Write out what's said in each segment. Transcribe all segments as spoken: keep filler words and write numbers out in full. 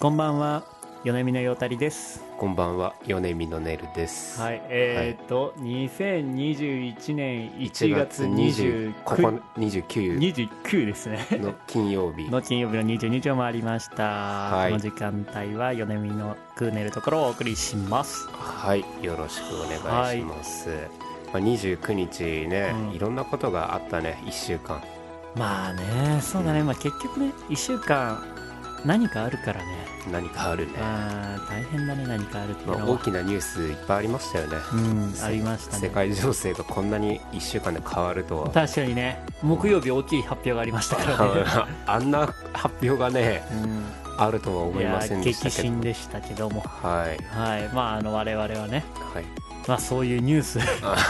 こんばんは、米見のようたりです。 こんばんは、米見のねるです。 はい、えー、っと、はい、にせんにじゅういちねんいちがつにじゅうくですねの金曜日の金曜日のにじゅうにじを回りました、はい、この時間帯は米見のクーネルところをお送りします。 はい、よろしくお願いします、はい。まあ、にじゅうくにちね、うん、いろんなことがあったね。いっしゅうかん。 まあね、そうだね、まあ、結局ねいっしゅうかん何かあるからね。 何かあるね。 あ大変だね、何かあるっていうのは、 まあ、大きなニュースいっぱいありましたよね。 うん、ありましたね。 世界情勢がこんなにいっしゅうかんで変わるとは。 確かにね、木曜日大きい発表がありましたからねあんな発表がね、うん、あるとは思いませんでしたけど。 激震でしたけども、 はい、 はい、まああの我々はね、 はい、 まあ、そういうニュース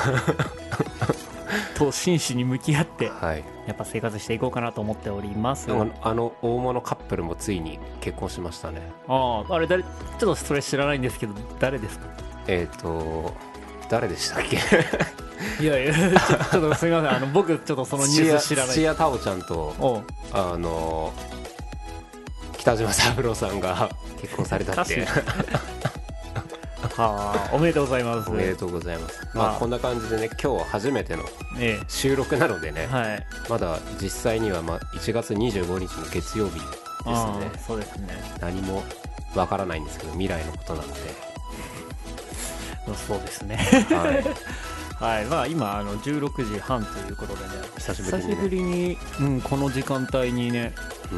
と真摯に向き合って、はい、やっぱ生活していこうかなと思っております。 あの大物カップルもついに結婚しましたね。 ああ、あれ誰、ちょっとそれ知らないんですけど、誰ですか？ えっ、ー、と誰でしたっけいやいやちょ、ちょっとすみません、あの僕ちょっとそのニュース知らない。 土屋太鳳ちゃんとあの北島三郎さんが結婚されたってはあ、おめでとうございます。 おめでとうございます。まあこんな感じでね、今日初めての収録なのでね、ええ、はい、まだ実際にはまあいちがつにじゅうごにちの月曜日ですね。 そうですね。 何もわからないんですけど、未来のことなのでそうですね。はい、はい、まあ今あのじゅうろくじはんということでね、久しぶりに、ね、久しぶりに、うん、この時間帯にね、うん、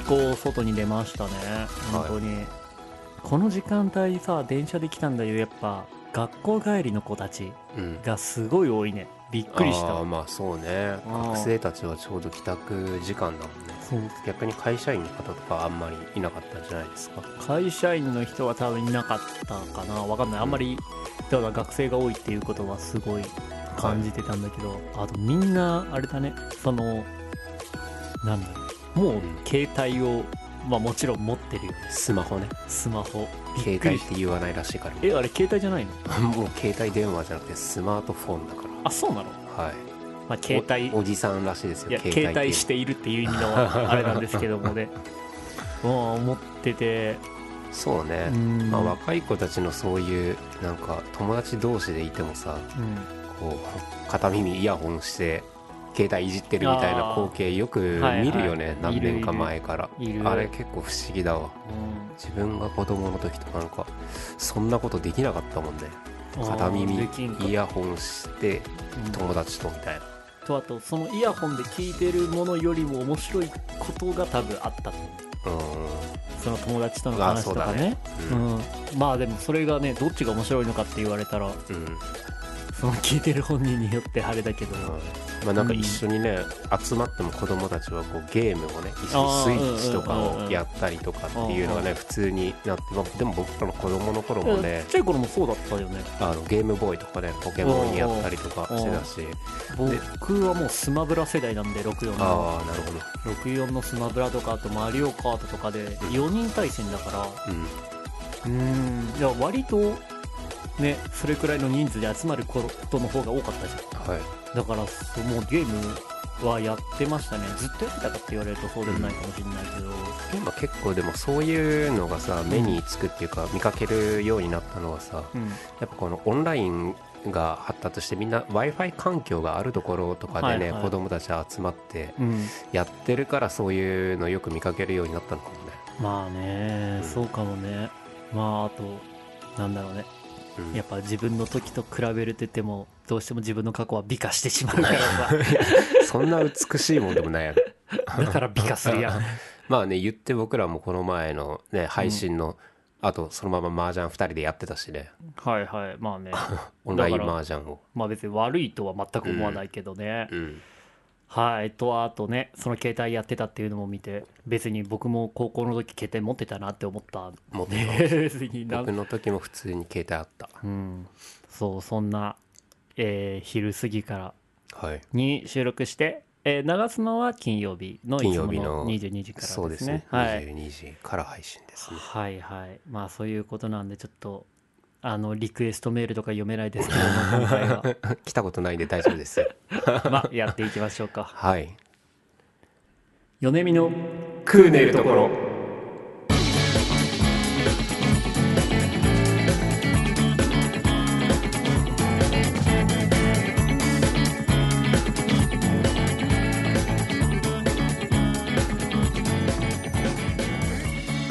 こう外に出ましたね。本当に、はい、この時間帯さ、電車で来たんだよ。やっぱ学校帰りの子たちがすごい多いね、うん、びっくりした。 あ、まあそうね、学生たちはちょうど帰宅時間だもんね。そう、逆に会社員の方とかあんまりいなかったんじゃないですか？ 会社員の人は多分いなかったかな、わかんない。あんまりただ学生が多いっていうことはすごい感じてたんだけど、はい、あとみんなあれだね、そのなんだろう、もう携帯を、まあもちろん持ってるよね。 スマホね。 スマホ。 携帯って言わないらしいから、ね。 え、あれ携帯じゃないの？ もう携帯電話じゃなくてスマートフォンだから。 あ、そうなの？ はい。 まあ、携帯お, おじさんらしいですよ。 いや、携帯しているっていう意味のあれなんですけどもねもう持ってて、 そうね、まあ、若い子たちのそういうなんか友達同士でいてもさ、うん、こう片耳イヤホンして携帯いじってるみたいな光景よく見るよね、はいはい、何年か前からあれ結構不思議だわ、うん、自分が子供の時とかなんかそんなことできなかったもんね。片耳イヤホンして友達とみたいな、 うん、とあとそのイヤホンで聞いてるものよりも面白いことが多分あったと思う、うん、その友達との話とかね、うんうん、まあでもそれがねどっちが面白いのかって言われたら、うん、その聞いてる本人によってあれだけど、うん、 まあ、なんか一緒にね、うん、集まっても子供たちはこうゲームをね一緒にスイッチとかをやったりとかっていうのがね普通になって、まあ、でも僕らの子供の頃もね、 ちっちゃい頃もそうだったよね。 あのゲームボーイとかねポケモンにやったりとかしてたし、 僕はもうスマブラ世代なんでろくじゅうよんの、 あ、なるほど、 ろくじゅうよんのスマブラとかあとマリオカートとかでよにん対戦だから、うん、うーん、いや割とねそれくらいの人数で集まることの方が多かったじゃん、はい、だからもうゲームはやってましたね。ずっとやってたかって言われるとそうでもないかもしれないけど、 うん、今結構でもそういうのがさ目につくっていうか見かけるようになったのはさ、うん、やっぱこのオンラインが発達してみんな Wi-Fi 環境があるところとかでね、はいはい、子供たち集まってやってるからそういうのよく見かけるようになったのかもね。 まあね、うん、そうかもね。まああとなんだろうね、うん、やっぱ自分の時と比べるててもどうしても自分の過去は美化してしまうからさそんな美しいもんでもないやろだから美化するやんまあね、言って僕らもこの前のね配信の、うん、あとそのまま麻雀ふたりでやってたしね。 はいはい、まあねオンライン麻雀を、 まあ別に悪いとは全く思わないけどね、うんうん、はい。とあとねその携帯やってたっていうのも見て別に僕も高校の時携帯持ってたなって思った。 持ってた別に僕の時も普通に携帯あった、 うん、そうそんな、えー、昼過ぎからに収録して、はい、えー、流すのは金曜日のいつものにじゅうにじからですね。そうですね、 はい、にじゅうにじから配信ですね。 はいはい、まあそういうことなんでちょっとあのリクエストメールとか読めないですけども今回は来たことないんで大丈夫ですまあやっていきましょうか。 はい。 米見のクーネルところ。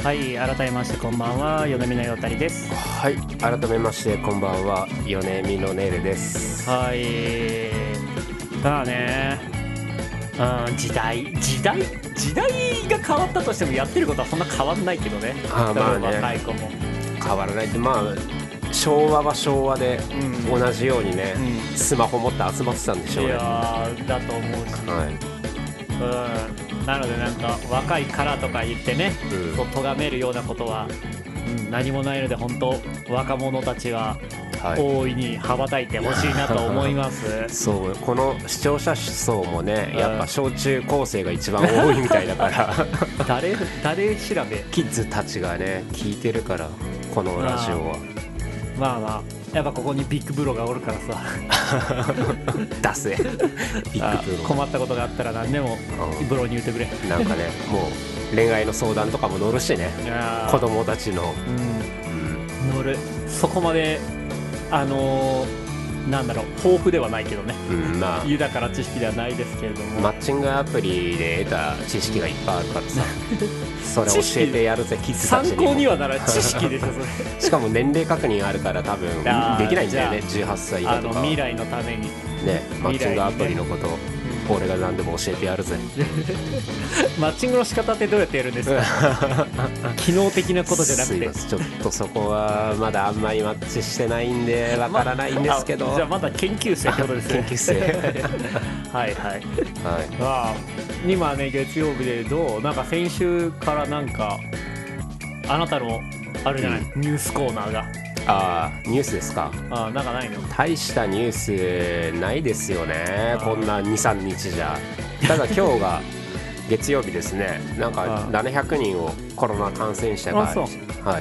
はい、改めましてこんばんは、米見のよたりです。 はい、改めましてこんばんは、米見のねるです。 はい、まあね、うん、時代時代時代が変わったとしてもやってることはそんな変わんないけどね。 ああ、まあね、 若い子も変わらないって、まあ昭和は昭和で同じようにね、うん、スマホ持って集まってたんでしょうね。 いやだと思うし、はい、うん、なのでなんか若いからとか言ってね、うん、そう咎めるようなことは、うん、何もないので、本当若者たちは大いに羽ばたいてほしいなと思います、はい、 そう、この視聴者層もね、やっぱ小中高生が一番多いみたいだから誰誰調べキッズたちがね聞いてるから、このラジオは。 まあまあ、やっぱここにビッグブロがおるからさ出せビッグブロ、 困ったことがあったら何でもブロに言ってくれ。 なんかね、もう恋愛の相談とかも乗るしね、子供たちの、 うんうん、乗る。そこまであのーなんだろう、豊富ではないけどね、うん、まあ、豊かな知識ではないですけれども、 マッチングアプリで得た知識がいっぱいあるからさそれ教えてやるぜ、キッズたちにも。 参考にはならない知識でしょそれしかも年齢確認あるから多分できないんだよね、じゅうはっさいだとか。 あの未来のためにね、マッチングアプリのこと、ね、俺が何でも教えてやるぜマッチングの仕方ってどうやってやるんですか機能的なことじゃなくて。 ちょっとそこはまだあんまりマッチしてないんでわからないんですけど、 ま、じゃあまだ研究生ってことですね。 研究生はいはい、はい、まあ今ね月曜日でどう、なんか先週からなんかあなたのあるじゃない、うん、ニュースコーナーが。 ああ、ニュースですか。 あ、なんかないの。 大したニュースないですよね、こんな にさんにちじゃ。ただ今日が月曜日ですね、なんかななひゃくにんをコロナ感染者が、はい、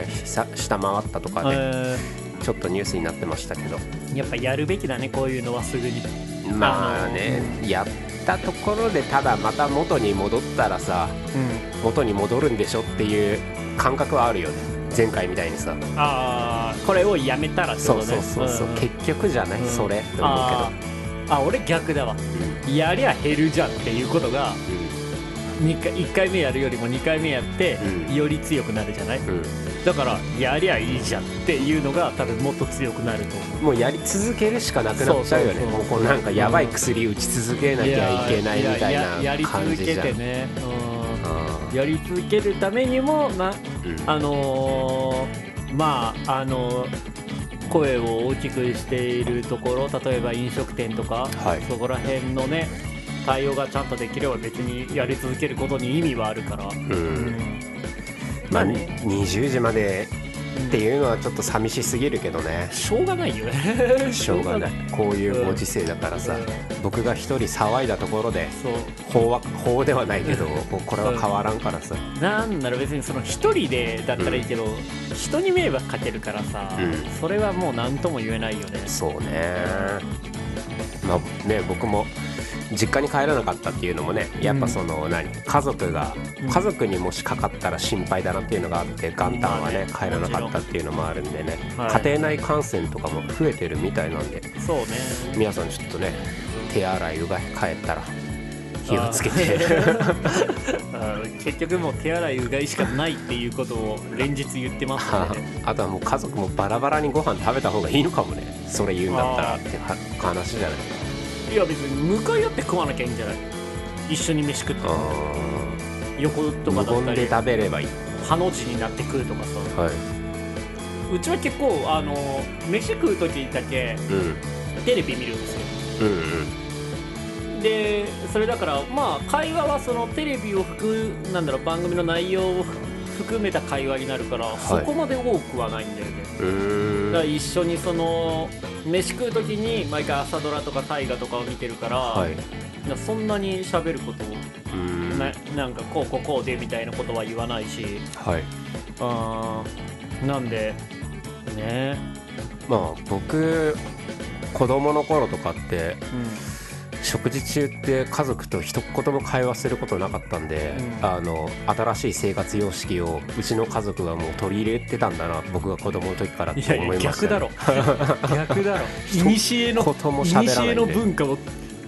下回ったとかで、ね、ちょっとニュースになってましたけど、 やっぱやるべきだね、こういうのはすぐに。 まあね、あのー、やったところでただまた元に戻ったらさ、うん、元に戻るんでしょっていう感覚はあるよね、前回みたいにさ。 ああ、これをやめたらってことね。 そうそうそうそう、うん、結局じゃない、うん、それって思うけど。 ああ、俺逆だわ、うん、やりゃ減るじゃんっていうことが、うん、いっかいめやるよりもにかいめやって、うん、より強くなるじゃない、うん、だからやりゃいいじゃんっていうのが多分もっと強くなると思う。 もうやり続けるしかなくなっちゃうよね。もうこうなんかやばい薬打ち続けなきゃいけないみたいな感じじゃん。 やり続けてね、うん、やり続けるためにもな、うん、あのー、まああのー声を大きくしているところ、例えば飲食店とか、はい、そこら辺のね対応がちゃんとできれば別にやり続けることに意味はあるから、うん、うん、 まあにじゅうじまでっていうのはちょっと寂しすぎるけどね。 しょうがないよねしょうがない、こういうご時世だからさ、うん、僕が一人騒いだところで法は法ではないけどこれは変わらんからさ、 うん、なんなら別にその一人でだったらいいけど、うん、人に迷惑かけるからさ、うん、それはもう何とも言えないよね。 そうね、まあね、僕も実家に帰らなかったっていうのもね、やっぱその、うん、何家族が、うん、家族にもしかかったら心配だなっていうのがあって、元旦はね、帰らなかったっていうのもあるんでね、はい、家庭内感染とかも増えてるみたいなんで、 そうね、 皆さんちょっとね手洗いうがい帰ったら気をつけて結局もう手洗いうがいしかないっていうことを連日言ってますので、ね、 あとはもう家族もバラバラにご飯食べた方がいいのかもね、それ言うんだったらって話じゃない。 いや別に向かい合って食わなきゃいいんじゃない、一緒に飯食って、横とかだったり無言で食べればいい、 ハの字になって食うとかさ、はい、うちは結構あの飯食う時だけ、うん、テレビ見るんですよ、うんうん、でそれだからまあ会話はそのテレビを含なんだろう番組の内容を含めた会話になるから、はい、そこまで多くはないんだよね。うーん、だから一緒にその飯食う時に毎回朝ドラとか大河とかを見てるから、はい、そんなに喋ることをな, なんかこうこうこうでみたいなことは言わないし、はい、あなんでね、 まあ僕子供の頃とかって、うん、食事中って家族と一言も会話することなかったんで、うん、あの新しい生活様式をうちの家族がもう取り入れてたんだな、僕が子供の時からって思いました、ね、 いやいや逆だろ逆だろいにしえのいにしえの文化を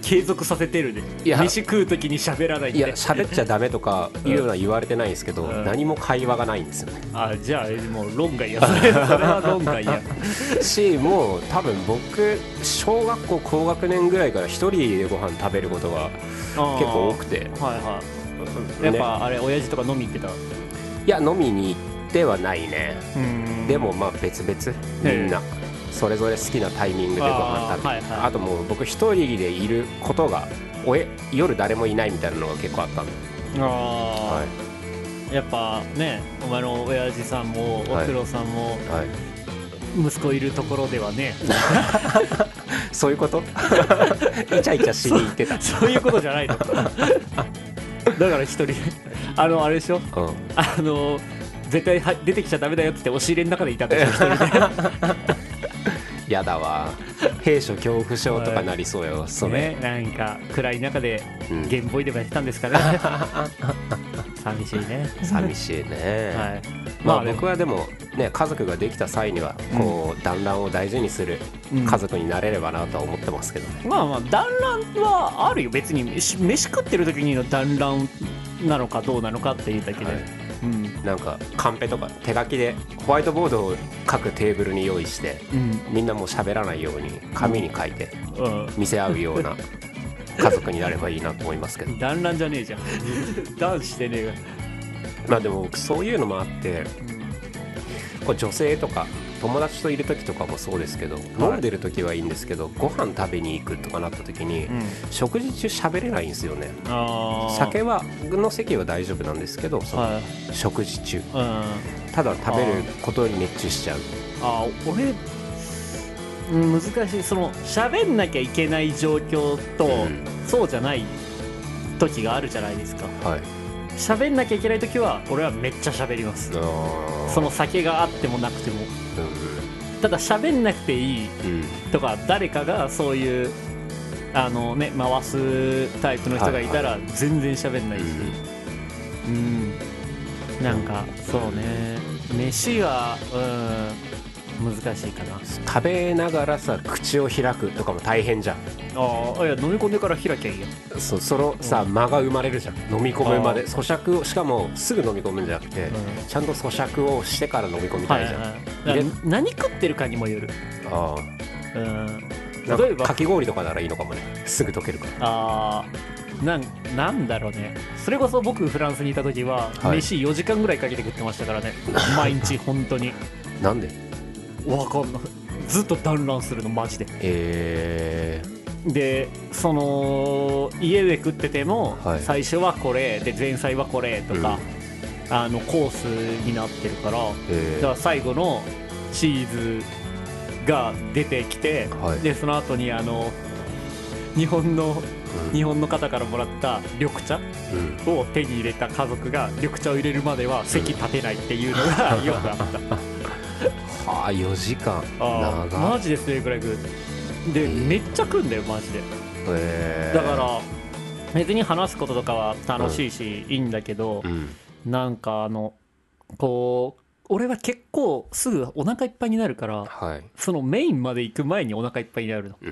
継続させてるで。いや飯食う時に喋らないって。 いや喋っちゃダメとかいうのは言われてないんですけど、うん、何も会話がないんですよね。 あじゃあもう論外やそれ。それは論外やしもう多分僕小学校高学年ぐらいから一人でご飯食べることが結構多くて、 はいはい、やっぱあれ親父とか飲み行ってた？いや飲みに行ってはないね。うんでもまあ別々みんなそれぞれ好きなタイミングでご飯食べて、あ、はいはい、あともう僕一人でいることがおえ夜誰もいないみたいなのが結構あったんで。あ、 はい、やっぱねお前の親父さんもおふくろさんも、はいはい、息子いるところではねそういうことイチャイチャしに行ってたそ, そういうことじゃないのだから一人あのあれでしょ、うん、あの絶対は出てきちゃダメだよって押し入れの中でいたんでしょ一人でやだわ兵所恐怖症とかなりそうよそれ、 ね、なんか暗い中でゲームボーイでもやってたんですかね、うん、寂しいね寂しいね、はい、まあ僕はでもね家族ができた際にはこう団らんを大事にする家族になれればなとは思ってますけどね、 うん、まあまあ団らんはあるよ別に飯、飯食ってる時にの団らんなのかどうなのかっていうだけで、はい、 うん、なんかカンペとか手書きでホワイトボードを書くテーブルに用意して、うん、みんなもう喋らないように紙に書いて見せ合うような家族になればいいなと思いますけど団らんじゃねえじゃん団してねえよ。 まあでもそういうのもあって、うん、こう女性とか友達といる時とかもそうですけど、はい、飲んでる時はいいんですけどご飯食べに行くとかなった時に、うん、食事中喋れないんですよね。あ酒はの席は大丈夫なんですけどその、はい、食事中、うん、ただ食べることに熱中しちゃう。 あ俺難しいその喋んなきゃいけない状況と、うん、そうじゃない時があるじゃないですか。はい喋んなきゃいけないときは俺はめっちゃ喋ります。その酒があってもなくても、うん、ただ喋んなくていいとか、うん、誰かがそういうあのね回すタイプの人がいたら全然喋んないし、うん、うん、なんかそうね飯はうん難しいかな。 食べながらさ口を開くとかも大変じゃん。 ああいや飲み込んでから開きゃいいや。 そそのさ、うん、間が生まれるじゃん。飲み込むまで咀嚼をしかもすぐ飲み込むんじゃなくて、うん、ちゃんと咀嚼をしてから飲み込みたいじゃん、はいはい、 何食ってるかにもよる。ああうん例えばかき氷とかならいいのかもね。すぐ溶けるから。ああなんなんだろうね。それこそ僕フランスにいた時は、はい、飯よじかんぐらいかけて食ってましたからね毎日本当に。 なんでわかんない。ずっと団らんするのマジで。えー、でその家で食ってても、はい、最初はこれで前菜はこれとか、うん、あのコースになってるから、えー、だから最後のチーズが出てきて、はい、でその後にあの日本の、うん、日本の方からもらった緑茶を手に入れた家族が緑茶を入れるまでは席立てないっていうのがよくあったはあよじかんあ長マジでそれぐらい食うで、えー、めっちゃ食うんだよマジで、えー、だから別に話すこととかは楽しいし、うん、いいんだけど、うん、なんかあのこう俺は結構すぐお腹いっぱいになるから、はい、そのメインまで行く前にお腹いっぱいになるの、うんうん、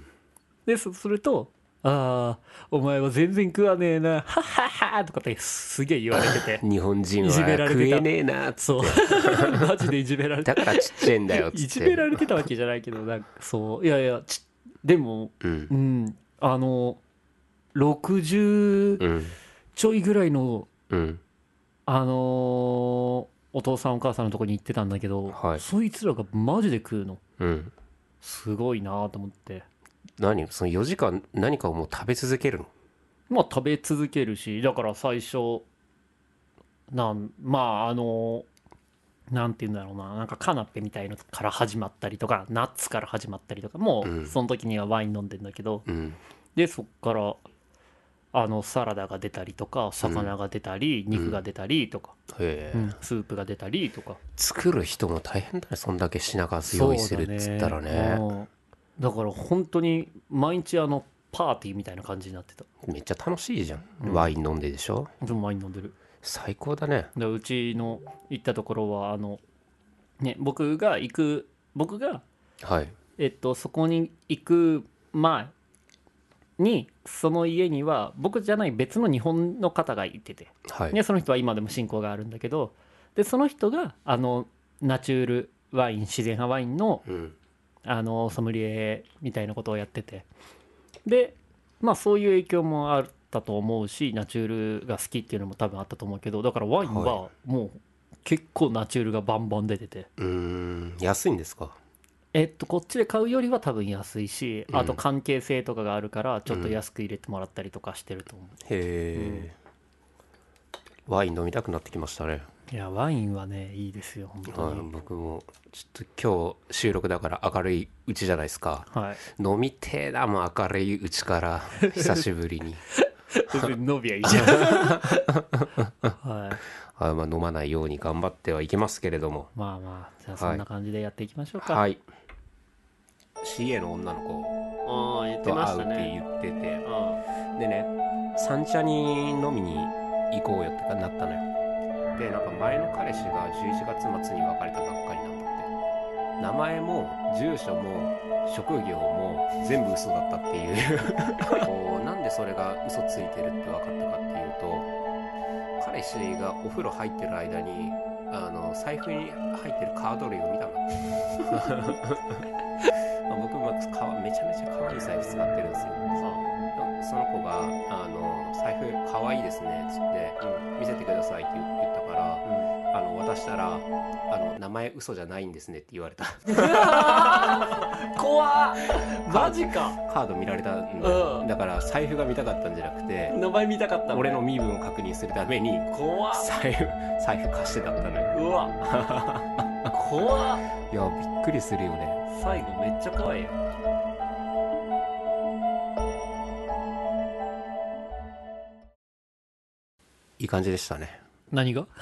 ですするとああお前は全然食わねえなはっはっはとかってすげえ言われてて日本人は食えねえなっつってそうマジでいじめられてだからちっちゃいんだよっつっていじめられてたわけじゃないけどなんかそういやいやちでも、うん、うん、あのろくじゅうちょいぐらいの、うん、あのー、お父さんお母さんのとこに行ってたんだけど、はい、そいつらがマジで食うの、うん、すごいなと思って。 何そのよじかん何かをもう食べ続けるの？ まあ食べ続けるしだから最初なんまああのなんていうんだろうななんかカナッペみたいのから始まったりとかナッツから始まったりとかもう、うん、その時にはワイン飲んでんだけど、うん、でそっからあのサラダが出たりとか魚が出たり、うん、肉が出たりとか、うんうん、スープが出たりとか作る人も大変だねそんだけ品数用意するっつったらね。 だから本当に毎日あのパーティーみたいな感じになってた。 めっちゃ楽しいじゃん、うん、ワイン飲んででしょ。 でもワイン飲んでる最高だね。 だうちの行ったところはあのね僕が行く僕がはいえっとそこに行く前にその家には僕じゃない別の日本の方がいてて、 はい、 でその人は今でも親交があるんだけど、でその人があのナチュールワイン自然派ワインの、うん、あのソムリエみたいなことをやってて、でまあそういう影響もあったと思うし、ナチュールが好きっていうのも多分あったと思うけど、だからワインはもう結構ナチュールがバンバン出てて、 うーん安いんですか？ えっとこっちで買うよりは多分安いし、あと関係性とかがあるからちょっと安く入れてもらったりとかしてると思う、うん、へえ、うん、ワイン飲みたくなってきましたね。 いやワインはねいいですよ本当に。 僕もちょっと今日収録だから明るいうちじゃないですか、はい、飲みてえだもん明るいうちから久しぶりに飲みはいいじゃんはいあ、まあ、飲まないように頑張ってはいきますけれども、 まあまあじゃあそんな感じでやっていきましょうか。 はい、シーエー の女の子と会うって言ってて、でね三茶に飲みに行こうよってかなったのよ。でなんか前の彼氏がじゅういちがつまつに別れたばっかりなんだって。名前も住所も職業も全部嘘だったっていうこうなんでそれが嘘ついてるって分かったかっていうと、彼氏がお風呂入ってる間にあの財布に入ってるカード類を見たんだって僕もめちゃめちゃ可愛い財布使ってるんですよ。その子があの財布可愛いですねっつって、うん、見せてくださいって言ったから、うん、あの渡したらあの名前嘘じゃないんですねって言われた怖っマジか。 カード見られたんだ、うん、だから財布が見たかったんじゃなくて名前見たかった俺の身分を確認するために怖っ財布財布貸してたったのよ。 うわ怖っいやびっくりするよね。 最後めっちゃ怖いよ。 いい感じでしたね。 何が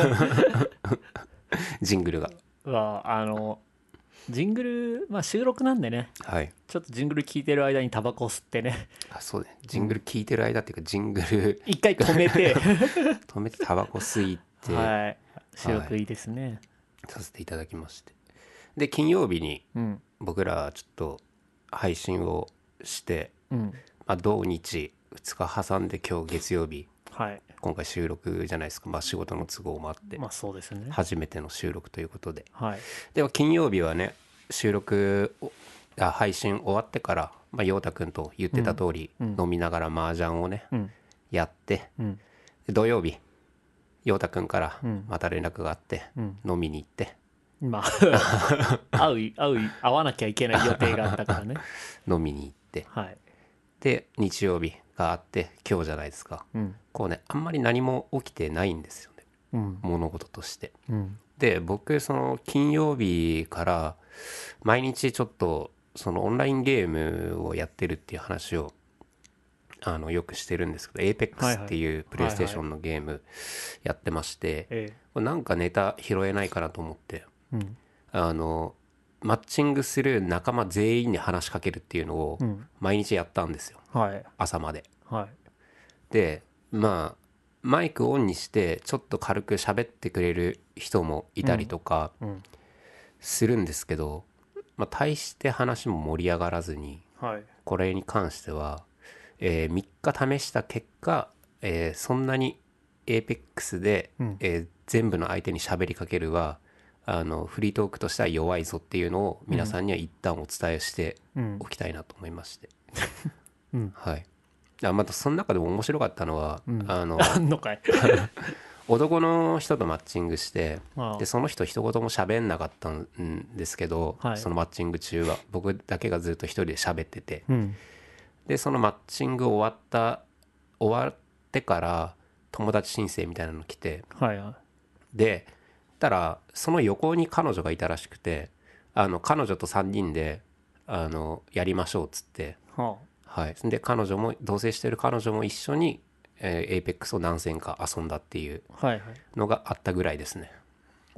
ジングルがはあのジングル、まあ、収録なんでね、はい、ちょっとジングル聞いてる間にタバコ吸ってね。 あそうね、ジングル聞いてる間っていうか、うん、ジングル一回止めて止めてタバコ吸いて、 はい、収録いいですね、はい、 させていただきまして、で金曜日に僕らちょっと配信をして、うんまあ、土日ふつか挟んで今日月曜日、はい、今回収録じゃないですか、まあ、仕事の都合もあって、 まあそうですね、 初めての収録ということで、はい、では金曜日はね収録あ配信終わってから、まあ、陽太くんと言ってた通り、うん、飲みながら麻雀をね、うん、やって、うん、で土曜日陽太くんからまた連絡があって、うん、飲みに行って、 まあ会う会う会わなきゃいけない予定があったからね飲みに行って、はい、で日曜日があって今日じゃないですか、うん、こうねあんまり何も起きてないんですよね、うん、物事として、うん、で僕その金曜日から毎日ちょっとそのオンラインゲームをやってるっていう話をあのよくしてるんですけど エーペックス っていうプレイステーションのゲームやってまして、はいはい、なんかネタ拾えないかなと思って、うん、あのマッチングする仲間全員に話しかけるっていうのを毎日やったんですよ、うんはい、朝まで、はい、でまあマイクオンにしてちょっと軽く喋ってくれる人もいたりとかするんですけど、うんうんまあ、大して話も盛り上がらずに、はい、これに関しては、えー、みっか試した結果、えー、そんなに エーペックス で、うんえー、全部の相手に喋りかけるはあのフリートークとしては弱いぞっていうのを皆さんには一旦お伝えしておきたいなと思いまして、うん、はい。あまたその中でも面白かったのは、うん、あのあんのかい男の人とマッチングしてでその人一言も喋んなかったんですけど、はい、そのマッチング中は僕だけがずっと一人で喋ってて、うん、でそのマッチング終わった終わってから友達申請みたいなの来て、はいはい、でたらその横に彼女がいたらしくてあの彼女とさんにんであのやりましょうっつって、はあはい、で彼女も同棲してる彼女も一緒に、えー、エーペックスを何戦か遊んだっていうのがあったぐらいですね、はいはい、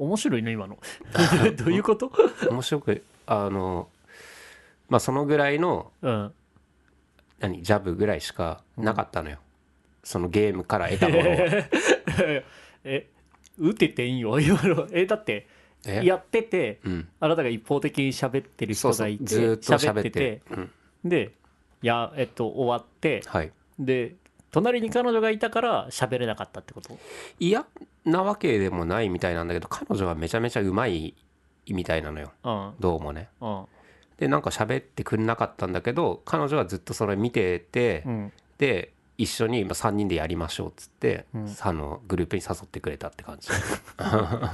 面白いね今のどういうこと面白くあのまあそのぐらいの、うん、何ジャブぐらいしかなかったのよ、うん、そのゲームから得たものはえ打ててんよ今のえだってやってて、うん、あなたが一方的に喋ってる人がいてそうそうずっと喋ってて、 うん、でやえっと終わって、 はい、 で隣に彼女がいたから喋れなかったってこと？ いやなわけでもないみたいなんだけど、彼女はめちゃめちゃうまいみたいなのよ、 うん、 どうもね。 うん、 でなんか喋ってくんなかったんだけど、彼女はずっとそれ見てて、 うん、 で一緒にさんにんでやりましょうっつって、 うん、 あのグループに誘ってくれたって感じはい、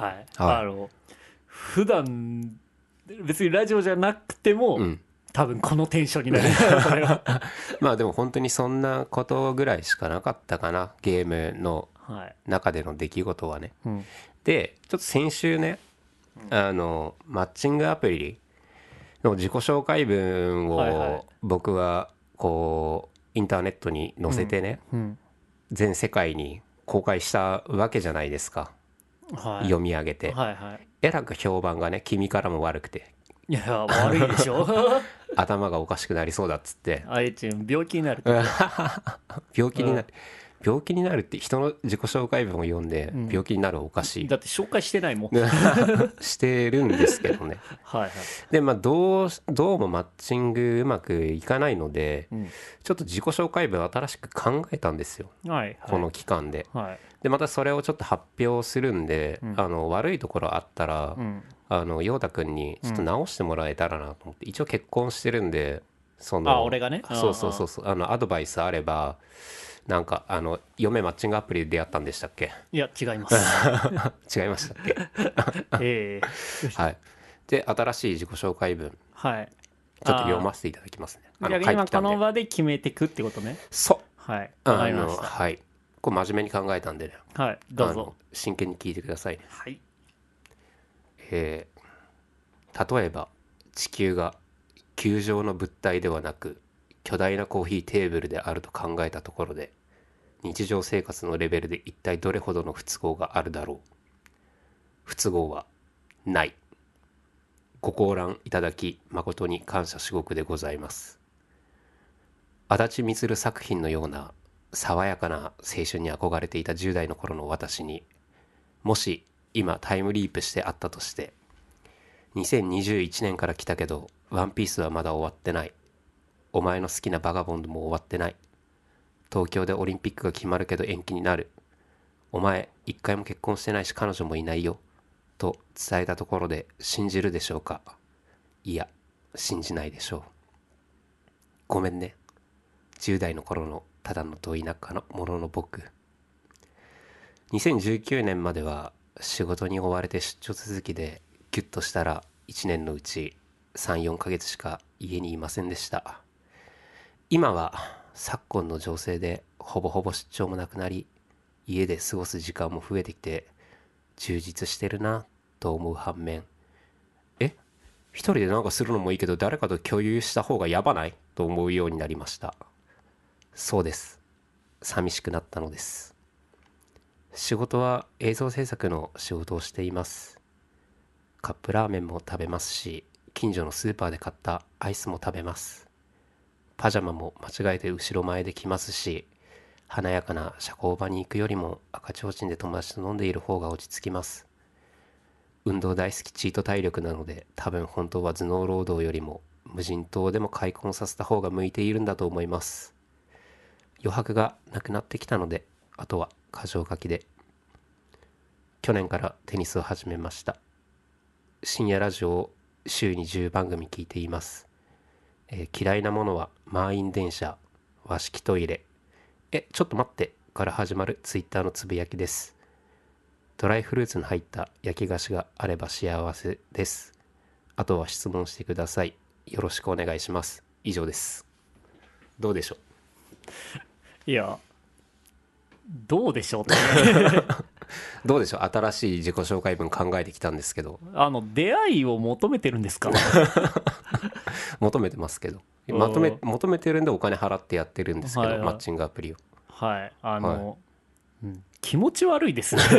はい、あの普段別にラジオじゃなくても、うん、多分このテンションになるそれはまあでも本当にそんなことぐらいしかなかったかな、ゲームの中での出来事はね、はい、うん、でちょっと先週ね、あのマッチングアプリの自己紹介文を僕はこうインターネットに載せてね、うんうん、全世界に公開したわけじゃないですか、はい、読み上げて、はいはい、えらく評判がね君からも悪くて、 いや悪いでしょ頭がおかしくなりそうだっつって、 あいつ病気になる病気になる、うん、病気になるって人の自己紹介文を読んで病気になるおかしい、 うん、だって紹介してないもんしてるんですけどねはい、はい、でまあどうどうもマッチングうまくいかないので、うん、ちょっと自己紹介文新しく考えたんですよ、はいはい、この期間で、はい、でまたそれをちょっと発表するんで、うん、あの悪いところあったら、うん、あの陽太くんにちょっと直してもらえたらなと思って、うん、一応結婚してるんで、そのあ俺がねそうそうそうそう、あのアドバイスあれば、なんかあの嫁マッチングアプリで出会ったんでしたっけ？ いや違います違いましたっけええー、はい。で新しい自己紹介文、はい、ちょっと読ませていただきますね。 あの今この場で決めてくってことね。 そう、 はいわかりました。はい、これ真面目に考えたんでね、 はいどうぞ真剣に聞いてくださいね。 はい。 えー、例えば地球が球状の物体ではなく巨大なコーヒーテーブルであると考えたところで、日常生活のレベルで一体どれほどの不都合があるだろう。不都合はない。ご高覧いただき誠に感謝至極でございます。足立みつる作品のような爽やかな青春に憧れていたじゅう代の頃の私に、もし今タイムリープしてあったとして、にせんにじゅういちねんから来たけどワンピースはまだ終わってない、お前の好きなバガボンドも終わってない、東京でオリンピックが決まるけど延期になる、お前一回も結婚してないし彼女もいないよと伝えたところで信じるでしょうか？いや信じないでしょう。ごめんね、じゅう代の頃のただのど田舎のものの僕。にせんじゅうきゅうねんまでは仕事に追われて出張続きで、ギュッとしたらいちねんのうち さん,よん ヶ月しか家にいませんでした。今は昨今の情勢でほぼほぼ出張もなくなり、家で過ごす時間も増えてきて充実してるなと思う反面、え一人でなんかするのもいいけど誰かと共有した方がやばないと思うようになりました。そうです、寂しくなったのです。仕事は映像制作の仕事をしています。カップラーメンも食べますし、近所のスーパーで買ったアイスも食べます。パジャマも間違えて後ろ前で着ますし、華やかな社交場に行くよりも赤ちょうちんで友達と飲んでいる方が落ち着きます。運動大好きチート体力なので、多分本当は頭脳労働よりも無人島でも開墾させた方が向いているんだと思います。余白がなくなってきたので、あとは箇条書きで。去年からテニスを始めました。深夜ラジオを週にじゅうばんぐみ聞いています。えー、嫌いなものは満員電車、和式トイレ、えちょっと待ってから始まるツイッターのつぶやきです。ドライフルーツの入った焼き菓子があれば幸せです。あとは質問してください。よろしくお願いします。以上です。どうでしょう？いやどうでしょうってどうでしょう、新しい自己紹介文考えてきたんですけど、 あの出会いを求めてるんですか？ 求めてますけど、まとめ求めてるんでお金払ってやってるんですけど、はいはい、マッチングアプリを、 はいあの、はいうん、気持ち悪いですね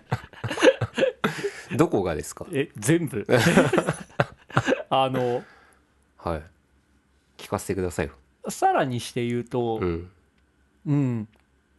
どこがですか？ え全部あのはい聞かせてくださいよ。 さらにして言うと、うん、うん、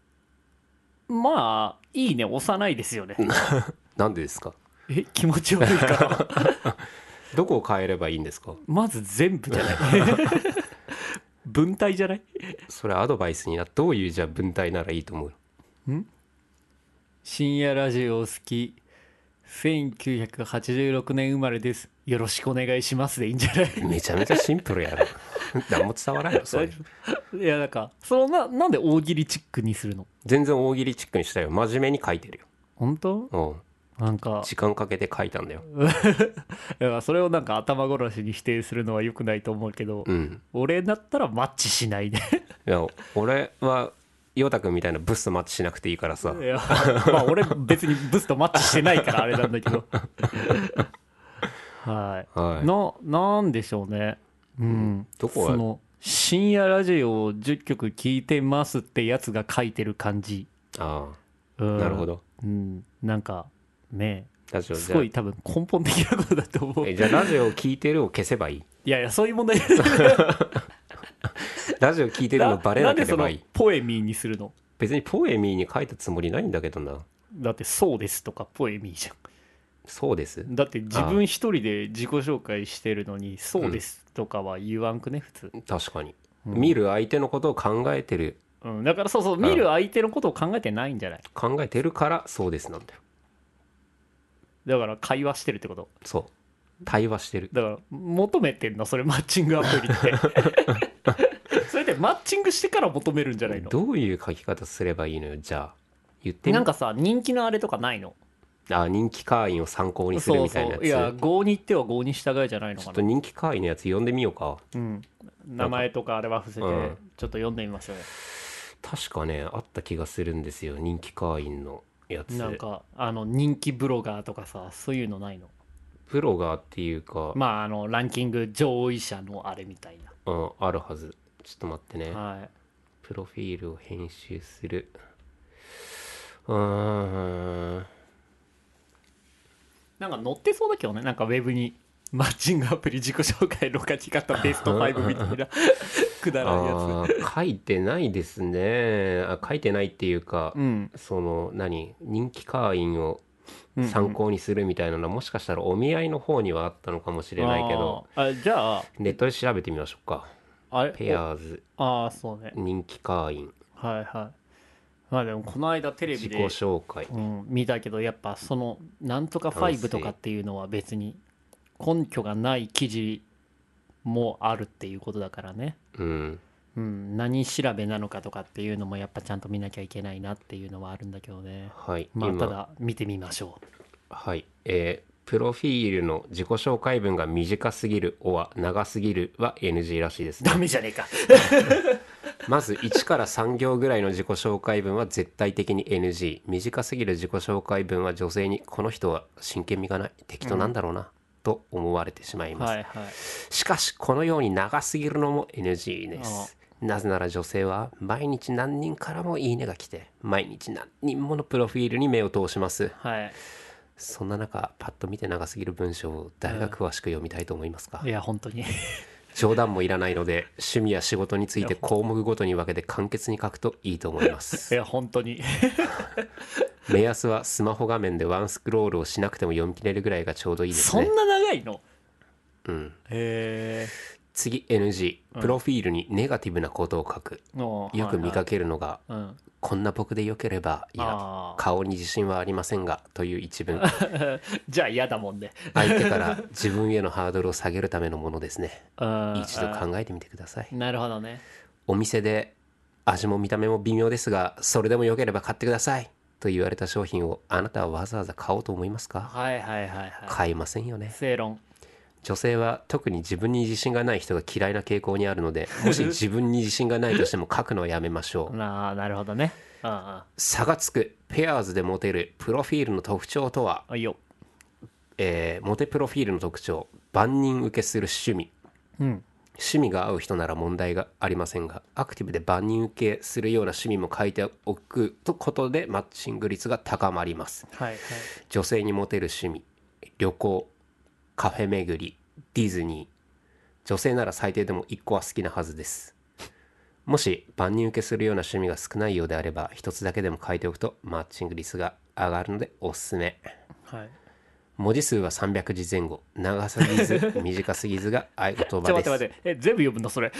まあいいね押さないですよね。 なんでですか？ え気持ち悪いからどこを変えればいいんですか？ まず全部じゃない文体じゃない？ それアドバイスにな。どういうじゃあ文体ならいいと思う？ ん深夜ラジオ好き、せんきゅうひゃくはちじゅうろくねん生まれです、よろしくお願いしますでいいんじゃない？ めちゃめちゃシンプルやろ何も伝わらんよそれ。 いやなんかその な, なんで大喜利チックにするの？ 全然大喜利チックにしたよ。真面目に書いてるよ。 本当？ うん、 なんか時間かけて書いたんだよいやそれをなんか頭ごなしに否定するのは良くないと思うけど、 うん、 俺だったらマッチしないでいや俺はヨタ君みたいなブスとマッチしなくていいからさ。 いやまあ俺別にブスとマッチしてないからあれなんだけどはい、はい、な, なんでしょうね。うん、 どこはその深夜ラジオをじゅっきょく聞いてますってやつが書いてる感じ。 ああ、うん、なるほど、 うん、なんかねラジオすごい多分根本的なことだと思う。 えじゃあラジオを聞いてるを消せばいい？ いやいやそういう問題ラジオ聞いてるのバレなければいい。 なんでそのポエミーにするの？ 別にポエミーに書いたつもりないんだけどな。 だってそうですとかポエミーじゃん。 そうです。 だって自分一人で自己紹介してるのにそうですとかは言わんくね普通。 確かに、うん、見る相手のことを考えてる、 うん、だからそうそう見る相手のことを考えてないんじゃない？ 考えてるからそうですなんだよ。 だから会話してるってこと。 そう対話してる。 だから求めてんのそれマッチングアプリってそれでマッチングしてから求めるんじゃないの？ どういう書き方すればいいのよ。じゃあ言ってみ。 なんかさ人気のあれとかないの？ あ人気会員を参考にするみたいなやつ。そうそういや郷に行っては郷に従いじゃないのかな。 ちょっと人気会員のやつ読んでみようか。 うん、名前とかあれは伏せて、うん、ちょっと読んでみましょうよ。 確かねあった気がするんですよ人気会員のやつ。 なんかあの人気ブロガーとかさそういうのないの？ ブロガーっていうかまああのランキング上位者のあれみたいな。 うんあるはず。ちょっと待ってね、 はい、 プロフィールを編集する。うーんなんか載ってそうだけどね。なんかウェブにマッチングアプリ自己紹介の書き方ベストごみたいなくだらんやつ。書いてないですね。あ書いてないっていうか、 うん、 その何人気会員を参考にするみたいなのは、うんうん、もしかしたらお見合いの方にはあったのかもしれないけど、 ああじゃあネットで調べてみましょうか。 あれペアーズあそうね人気会員。 はいはい。まあでもこの間テレビで自己紹介、 うん、見たけどやっぱそのなんとかごとかっていうのは別に根拠がない記事もあるっていうことだからね、 うんうん、何調べなのかとかっていうのもやっぱちゃんと見なきゃいけないなっていうのはあるんだけどね。 はいまあただ見てみましょう。 はいえープロフィールの自己紹介文が短すぎるおは長すぎるは エヌジー らしいですね。 ダメじゃねえかまずいちからさん行ぐらいの自己紹介文は絶対的に エヌジー。 短すぎる自己紹介文は女性にこの人は真剣味がない適当なんだろうな、うん、と思われてしまいます、はいはい、しかしこのように長すぎるのも エヌジー です。なぜなら女性は毎日何人からもいいねが来て毎日何人ものプロフィールに目を通します、はい、そんな中パッと見て長すぎる文章を誰が詳しく読みたいと思いますか？ いや本当に冗談もいらないので趣味や仕事について項目ごとに分けて簡潔に書くといいと思います。 いや本当に目安はスマホ画面でワンスクロールをしなくても読み切れるぐらいがちょうどいいですね。 そんな長いの？ うんへえ。 次 エヌジー プロフィールにネガティブなことを書く、うん、よく見かけるのが、はいはいうん、こんな僕でよければいや顔に自信はありませんがという一文じゃあ嫌だもんね相手から自分へのハードルを下げるためのものですね一度考えてみてください。 なるほどね。 お店で味も見た目も微妙ですがそれでもよければ買ってくださいと言われた商品をあなたはわざわざ買おうと思いますか？ はいはいはいはい。 買いませんよね。 正論。 女性は特に自分に自信がない人が嫌いな傾向にあるのでもし自分に自信がないとしても書くのはやめましょうな, なるほどね。ああ差がつくペアーズでモテるプロフィールの特徴とは、 あいよえー、モテプロフィールの特徴万人受けする趣味、 うん、 趣味が合う人なら問題がありませんがアクティブで万人受けするような趣味も書いておくことでマッチング率が高まります、 はいはい、 女性にモテる趣味旅行カフェ巡りディズニー女性なら最低でもいっこは好きなはずです。もし万人受けするような趣味が少ないようであれば一つだけでも書いておくとマッチング率が上がるのでおすすめ、 はい、 文字数はさんびゃくじぜん後、長すぎず短すぎずが合言葉です。 ちょっと待って待って、え全部読むのそれ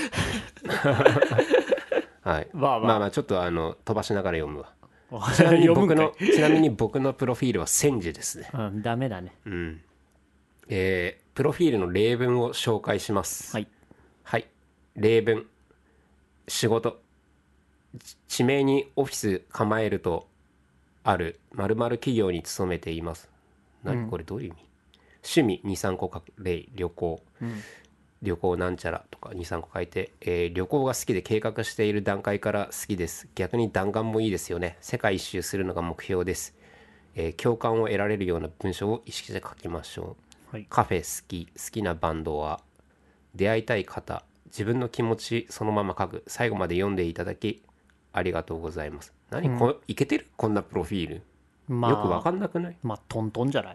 はい、まあまあ、まあまあちょっとあの飛ばしながら読むわ。ちなみに僕のちなみに僕のプロフィールは千字ですね。 うん、ダメだね。 うん。えー、プロフィールの例文を紹介します。 はい。 はい。例文。仕事。地名にオフィス構えるとある〇〇企業に勤めています。何これどういう意味？うん、趣味にさんこ例、旅行、うん、旅行なんちゃらとかにさんこ書いて、えー、旅行が好きで計画している段階から好きです。逆に弾丸もいいですよね。世界一周するのが目標です。えー、共感を得られるような文章を意識して書きましょう。はい、カフェ好き、好きなバンドは、出会いたい方、自分の気持ちそのまま書く。最後まで読んでいただきありがとうございます。何こ、うん、いけてるこんなプロフィール、まあ、よくわかんなくない？ まあトントンじゃない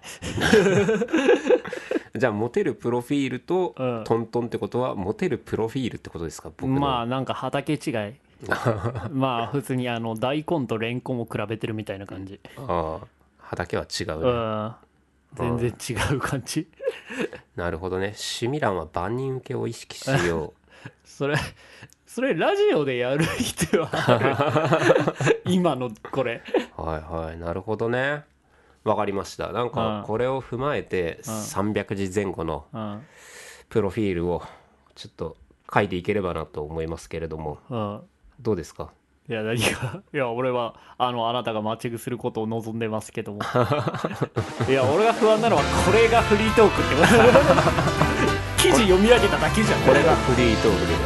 じゃあモテるプロフィールとトントンってことは、うん、モテるプロフィールってことですか？僕のまあなんか畑違いまあ普通にあの大根とレンコンを比べてるみたいな感じ。 ああ畑は違うね、 うん、全然違う感じなるほどね。趣味欄は万人受けを意識しようそれそれラジオでやる人は今のこれはいはいなるほどね。わかりました。なんかこれを踏まえてさんびゃくじぜん後のプロフィールをちょっと書いていければなと思いますけれども、うん、どうですか？ いや何かいや俺はあのあなたがマッチングすることを望んでますけどもいや俺が不安なのはこれがフリートークってこと記事読み上げただけじゃん。 これがフリートーク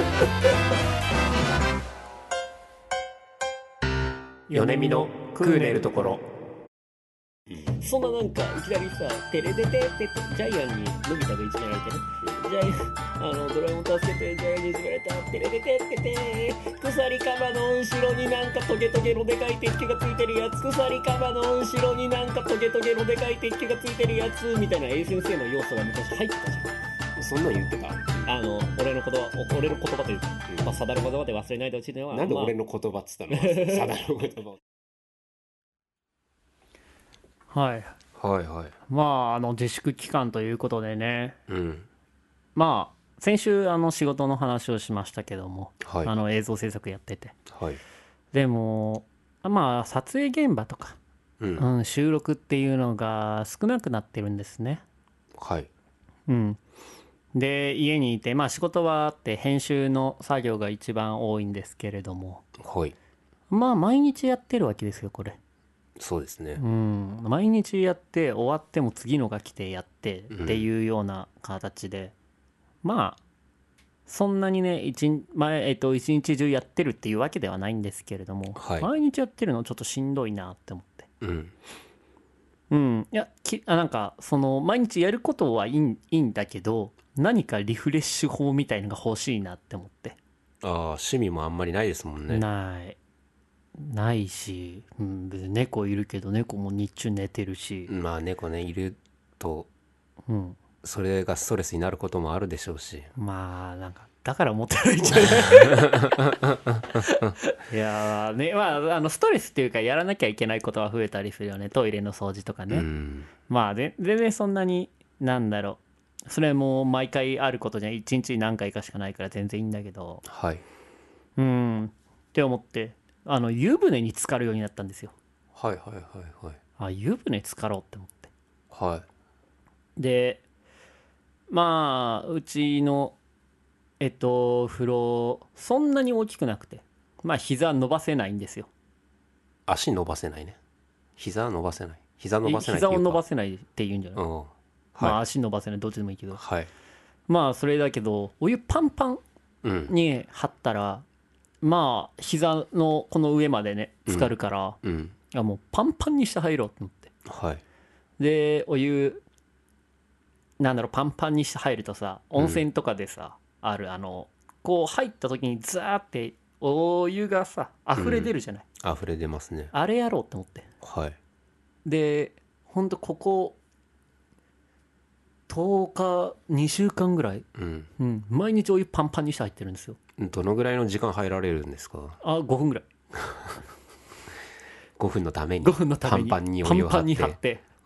で米見のクーネルところ。 そんななんかいきなりさテレデテってジャイアンにのび太がいじめられてね、ジャイアンあのドラえもん助けてジャイアンにいじめられたテレデテってて鎖カバの後ろになんかトゲトゲのでかい鉄球がついてるやつ、鎖カバの後ろになんかトゲトゲのでかい鉄球がついてるやつみたいな A 先生の要素が昔入ってたじゃん。 そんなん言ってた？ あの俺の言葉俺の言葉というか、うんまあ、定の言葉で忘れないでほしいのはなんで俺の言葉っつったの？定の言葉はい、 はいはい。 まああの自粛期間ということでね、 うん、 まあ先週あの仕事の話をしましたけども、はい、あの映像制作やってて、 はい、 でもまあ撮影現場とか、うんうん、収録っていうのが少なくなってるんですね。 はい、 うん、で家にいてまあ仕事はあって編集の作業が一番多いんですけれども、 はい、 まあ毎日やってるわけですよこれ。 そうですね、 うん、毎日やって終わっても次のが来てやってっていうような形で、うん、まあそんなにね一前、えっと、一日中やってるっていうわけではないんですけれども、はい、毎日やってるのちょっとしんどいなって思って、 うんうん、いやきあなんかその毎日やることはいい、いいんだけど何かリフレッシュ法みたいのが欲しいなって思って。 ああ趣味もあんまりないですもんね。 ないないし、うん、別に猫いるけど猫も日中寝てるし、 まあ猫ねいると、 うん、 それがストレスになることもあるでしょうし、 まあなんかだから持ってないんじゃないいやねまああのストレスっていうかやらなきゃいけないことは増えたりするよね。トイレの掃除とかね、うん、まあで全然そんなになんだろうそれも毎回あることじゃいちにち何回かしかないから全然いいんだけど、 はい、 うんって思ってあの湯船に浸かるようになったんですよ。 はいはいはいはい。 あ湯船浸かろうって思って、 はい、 でまあうちのえっと風呂そんなに大きくなくてまあ膝伸ばせないんですよ。 足伸ばせないね。膝伸ばせない。膝伸ばせないっていうか膝を伸ばせないっていうんじゃない、うんはい、まあ足伸ばせないどっちでもいいけど、 はい、 まあそれだけどお湯パンパンに張ったら、うん、まあ膝のこの上までね浸かるから、うんうん、あもうパンパンにして入ろうと思って、 はい、 でお湯なんだろうパンパンにして入るとさ温泉とかでさ、うん、あるあのこう入った時にザーってお湯がさ溢れ出るじゃない、 うん、溢れ出ますね。 あれやろうと思って、 はい、 でほんとこことおかにしゅうかんぐらい、 うんうん、毎日お湯パンパンにして入ってるんですよ。 どのぐらいの時間入られるんですか？ あごふんぐらいごふんのためにごふんのためにパンパンにお湯を張ってパンパンに張って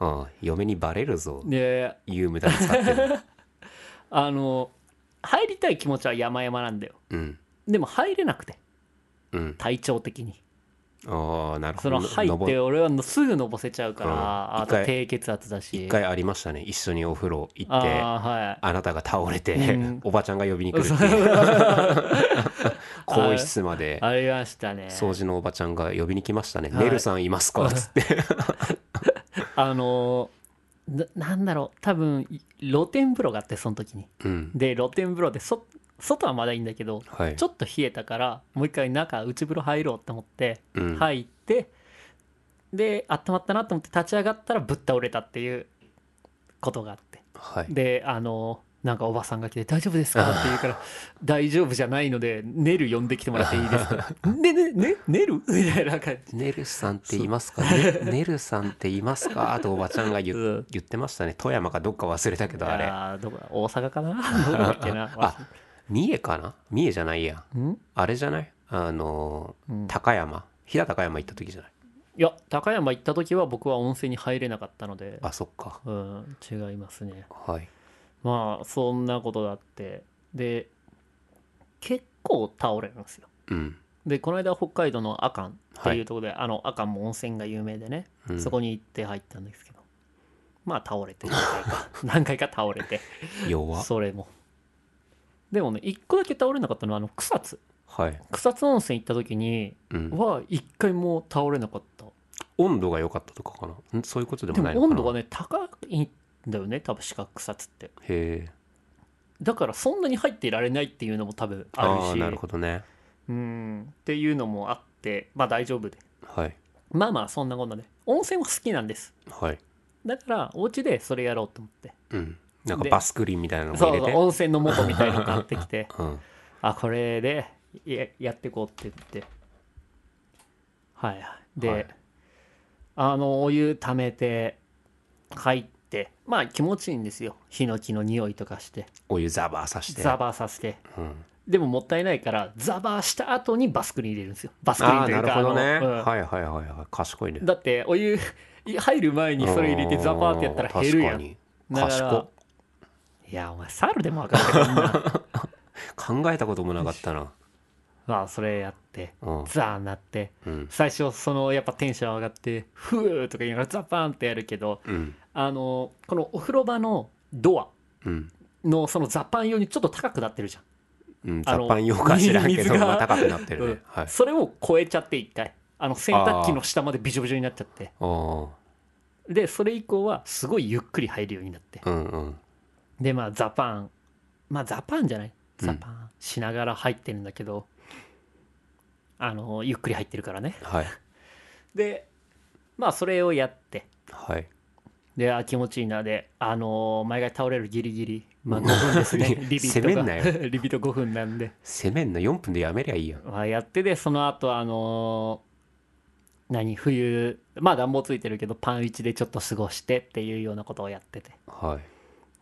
ああ嫁にバレるぞで言う無駄に使ってるあの入りたい気持ちは山々なんだよ、うん、でも入れなくて、うん、体調的に。 ああなるほど。 その入って俺はすぐのぼせちゃうから、うん、あと低血圧だし。 一回ありましたね、一緒にお風呂行って あ,、はい、あなたが倒れて、うん、おばちゃんが呼びに来るっていう更衣室までありましたね。 掃除のおばちゃんが呼びに来ましたね、はい、ネルさんいますかっつってあのな, なんだろう多分露天風呂があってその時に、うん、で露天風呂でそ外はまだいいんだけど、はい、ちょっと冷えたからもう一回中内風呂入ろうと思って、うん、入ってで温まったなと思って立ち上がったらぶっ倒れたっていうことがあって、はい、であのなんかおばさんが来て大丈夫ですかって言うから大丈夫じゃないのでネル呼んできてもらっていいですかねねねネルみたいな感じ。 ネルさんって言いますかねネルさんって言いますかあとおばちゃんが 言,、うん、言ってましたね。富山かどっか忘れたけどあれあどこだ大阪かなどこだっけなあ三重かな三重じゃないやんあれじゃないあの、うん、高山飛騨高山行った時じゃない。 いや高山行った時は僕は温泉に入れなかったので。 あそっか、 うん、違いますね。 はい。 まあそんなことだってで結構倒れるんですよ、うん、でこの間北海道の阿寒っていうところで、はい、あの阿寒も温泉が有名でね、うん、そこに行って入ったんですけどまあ倒れて何回か何回か倒れて弱それもでもね一個だけ倒れなかったのはあの草津、 はい、 草津温泉行った時には一回も倒れなかった、うん、 温度が良かったとかかな。そういうことでもないのかな。 でも温度がね高いだよね多分四角草津って。 へえ。 だからそんなに入っていられないっていうのも多分あるし。 ああなるほどね。 うんっていうのもあってまあ大丈夫で、 はい、 まあまあそんなことで温泉は好きなんです、 はい、 だからお家でそれやろうと思って、 うん、なんかバスクリーンみたいなのも入れてそうそう温泉の素みたいなの買ってきて、うん、あこれで や, やっていこうって言ってはいはいで、はい、あのお湯溜めて入ってまあ気持ちいいんですよ。ヒノキの匂いとかしてお湯ザバーさせてザバーさせて、うん、でももったいないからザバーした後にバスクリーン入れるんですよ。バスクリーンというかあなるほどね、うん、はいはいはいはい賢いね。 だってお湯入る前にそれ入れてザバーってやったら減るやん。確かに賢いやお前猿でも分かるけどみんな考えたこともなかったな。 まあそれやってザーなって、うん、最初そのやっぱテンション上がってフーとか言いながらザパーンってやるけど、うん、あのこのお風呂場のドアのそのザパン用にちょっと高くなってるじゃん、 うん、ザパン用か知らんけどまあ高くなってるね、うんはい、それを超えちゃって一回あの洗濯機の下までびちょびちょになっちゃってでそれ以降はすごいゆっくり入るようになって、うんうん、でまあザパンまあザパンじゃないザパンしながら入ってるんだけど、あのゆっくり入ってるからね、 はい、 でまあそれをやって、 はい、 であ気持ちいいなであのー、毎回倒れるギリギリ、まあ、ごふんですねリビット攻めんなよリビットごふんなんで攻めんなよんぷんでやめりゃいいよ、 まあ、やってでその後あのー、何冬まあ暖房ついてるけどパンいちでちょっと過ごしてっていうようなことをやってて、 はい、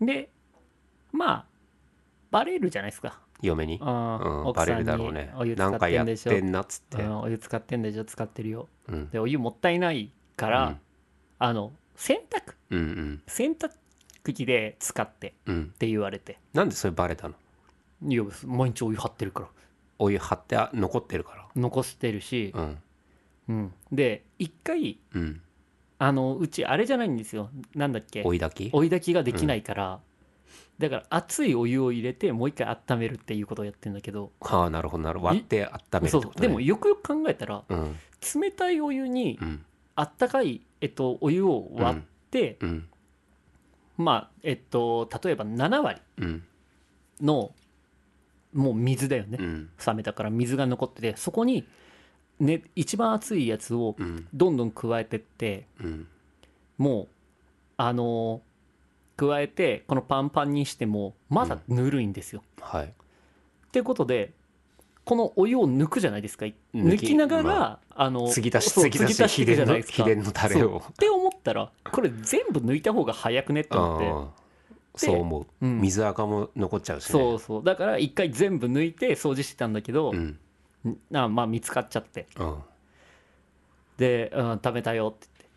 でまあバレるじゃないですか嫁に、うん、バレるだろうね。お湯使ってんでしょ、なんかやってんなっつって、 うん、お湯使ってんでしょ使ってるよ、うん、でお湯もったいないから、うん、あの洗濯、うんうん、洗濯機で使ってって言われて、 うん、なんでそれバレたの。 いや毎日お湯張ってるから。 お湯張って残ってるから残してるし、うんうん、で一回、うん、あのうちあれじゃないんですよなんだっけ追い炊き追い炊きができないから、うんだから熱いお湯を入れてもう一回温めるっていうことをやってるんだけど、 はあなるほどなるほど割って温めるってことね。 そうでもよくよく考えたら、うん、冷たいお湯にあったかい、えっと、お湯を割って、うんうん、まあえっと例えばなな割の、うん、もう水だよね、うん、冷めたから水が残っててそこに、ね、一番熱いやつをどんどん加えてって、うん、もうあのー加えてこのパンパンにしてもまだぬるいんですよ、 うんはい、 っていうことでこのお湯を抜くじゃないですか抜きながら、まあ、あの継ぎ足し継ぎ足し秘伝の秘伝のタレをって思ったらこれ全部抜いた方が早くねって思ってそう思う、うん、水垢も残っちゃうしね。 そうそうだから一回全部抜いて掃除してたんだけど、うん、あまあ見つかっちゃって、うん、で、うん、食べたよって言って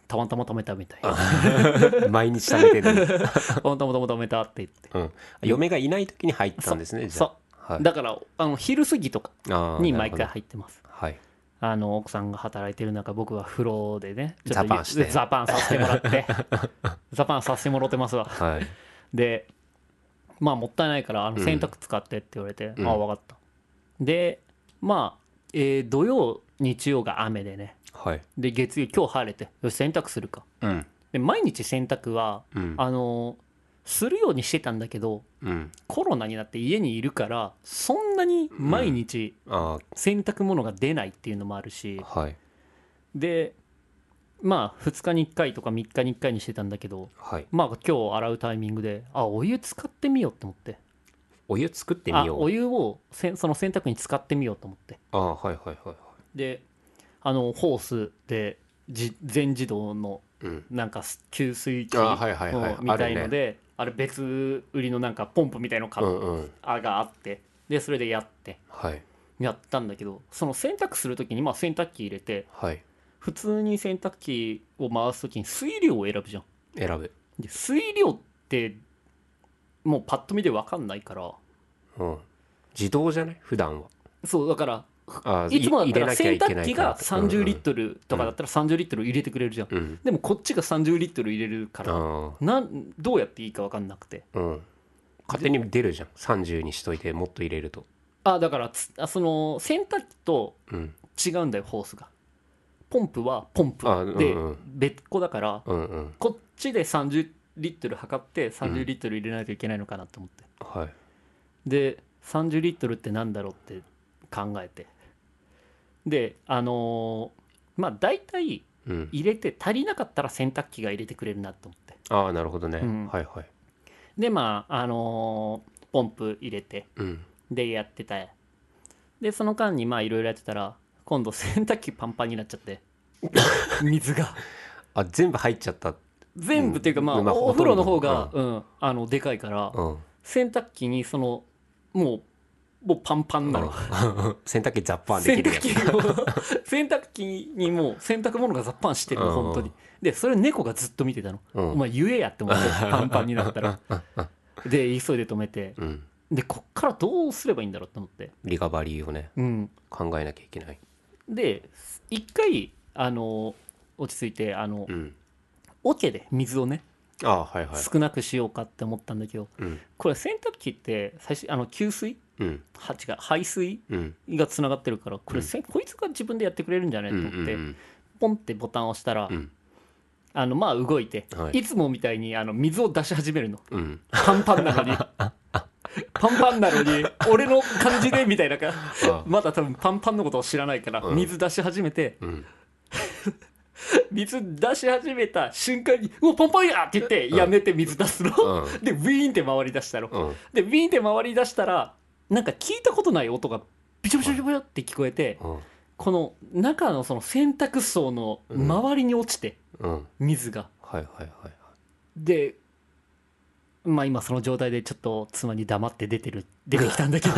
たまたま止めたみたいな毎日食べてるたまたま止めたって言って、 うん、嫁がいない時に入ったんですね。じゃあ、 はい、だからあの昼過ぎとかに毎回入ってます。 はい、 あの奥さんが働いてる中、僕は風呂でねちょっとザパンしてザパンさせてもらってザパンさせてもらってますわ、 はい、 でまあもったいないからあの洗濯使ってって言われて、うん、ああ分かった。でまあ、えー、土曜日曜が雨でね、 はい、 で月曜今日晴れてよし洗濯するか、うん、で毎日洗濯は、うん、あのするようにしてたんだけど、うん、コロナになって家にいるからそんなに毎日洗濯物が出ないっていうのもあるし、 うん、はい、 でまあふつかにいっかいとかみっかにいっかいにしてたんだけど、はい、まあ今日洗うタイミングであお湯使ってみようと思って、 お湯作ってみよう、 あお湯をせその洗濯に使ってみようと思って、 あはいはいはいはい、 であのホースでじ全自動のなんか給水器みたいので、あれ別売りのなんかポンプみたいの買っがあって、でそれでやってやったんだけど、その洗濯するときにまあ洗濯機入れて、普通に洗濯機を回すときに水量を選ぶじゃん。 選ぶ。 で水量ってもうパッと見で分かんないから、 うん、自動じゃない普段は。 そうだからいつもだったら洗濯機がさんじゅうリットルとかだったらさんじゅうリットル入れてくれるじゃん、うん、でもこっちがさんじゅうリットル入れるからなんどうやっていいか分かんなくて、うん、 勝手に出るじゃん。さんじゅうにしといてもっと入れると。 あだからその洗濯機と違うんだよ、ホースが。ポンプはポンプで別個だから、うんうん、こっちでさんじゅうリットル測ってさんじゅうリットル入れないといけないのかなと思って、 うんはい、 でさんじゅうリットルってなんだろうって考えて、であのー、まあ大体入れて足りなかったら洗濯機が入れてくれるなと思って、 うん、ああなるほどね、うん、はいはい。 でまああのー、ポンプ入れて、うん、でやってた。でその間にまあいろいろやってたら今度洗濯機パンパンになっちゃって水があ全部入っちゃった。 全部っていうか、まあ、うん、お風呂の方が、うんうん、あのでかいから、うん、洗濯機にそのもうもうパンパンなの、 うん、洗濯機ザッパンできるやつ。 洗濯機にもう洗濯物がザッパンしてるの、うん、本当に。でそれ猫がずっと見てたの、うん、お前言えやって思ってパンパンになったらで急いで止めて、うん、でこっからどうすればいいんだろうと思って、 リカバリーをね、うん、考えなきゃいけない。 で一回あの落ち着いてあの、うん、桶で水をねあ、はいはい、 少なくしようかって思ったんだけど、うん、これ洗濯機って最初あの給水、うん、違う排水がつながってるから、これ、うん、こいつが自分でやってくれるんじゃないと思って、うんうんうん、ポンってボタンを押したら、うん、あのまあ動いて、はい、いつもみたいにあの水を出し始めるの、うん、パンパンなのにパンパンなのに俺の感じでみたいなかまだ多分パンパンのことを知らないから、うん、水出し始めて、うん水出し始めた瞬間にうわパンパンやって言ってやめて水出すの、うん、でウィーンって回り出したの、うん、でウィーンって回り出したらなんか聞いたことない音がビチョビチョビチョって聞こえて、うん、この中のその洗濯槽の周りに落ちて、うん、水が、 はいはいはいはい、 でまあ今その状態でちょっと妻に黙って出てる出てきたんだけど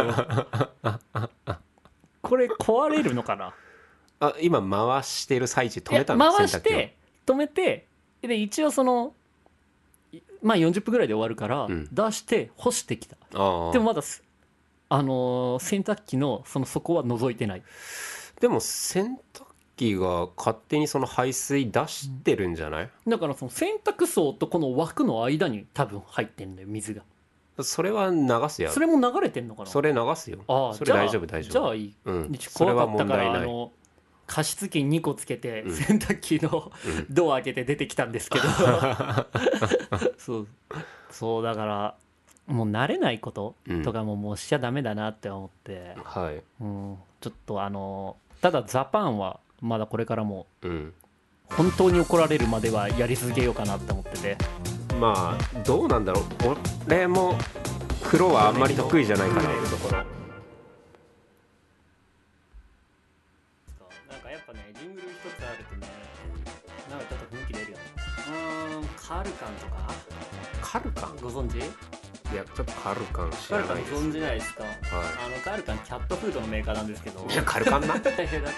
これ壊れるのかな。 あ今回してる最中止めたの？ 回して止めてで一応そのまあよんじゅっぷんぐらいで終わるから、うん、出して干してきた。あでもまだあのー、洗濯機のその底は覗いてない。 でも洗濯機が勝手にその排水出してるんじゃない？ だからその洗濯槽とこの枠の間に多分入ってんだよ水が。 それは流すやろ。 それも流れてんのかな。 それ流すよ。あそれ大丈夫大丈夫。 じゃあいい、うん、それは問題ない。あの加湿器にこつけて洗濯機の、うん、ドア開けて出てきたんですけど、うん、そうそうだからもう慣れないこととかももうしちゃダメだなって思って、うんはいうん、ちょっとあのただザパンはまだこれからも本当に怒られるまではやり続けようかなって思ってて、 まあどうなんだろう。俺も風呂はあんまり得意じゃないかなってところ。 カルカンとかカルカンご存知？ いやちょっとカルカン知カルカンらないです。 存じないですか？ はい、 あのカルカンキャットフードのメーカーなんですけど、 いやカルカンなだってお魚くわ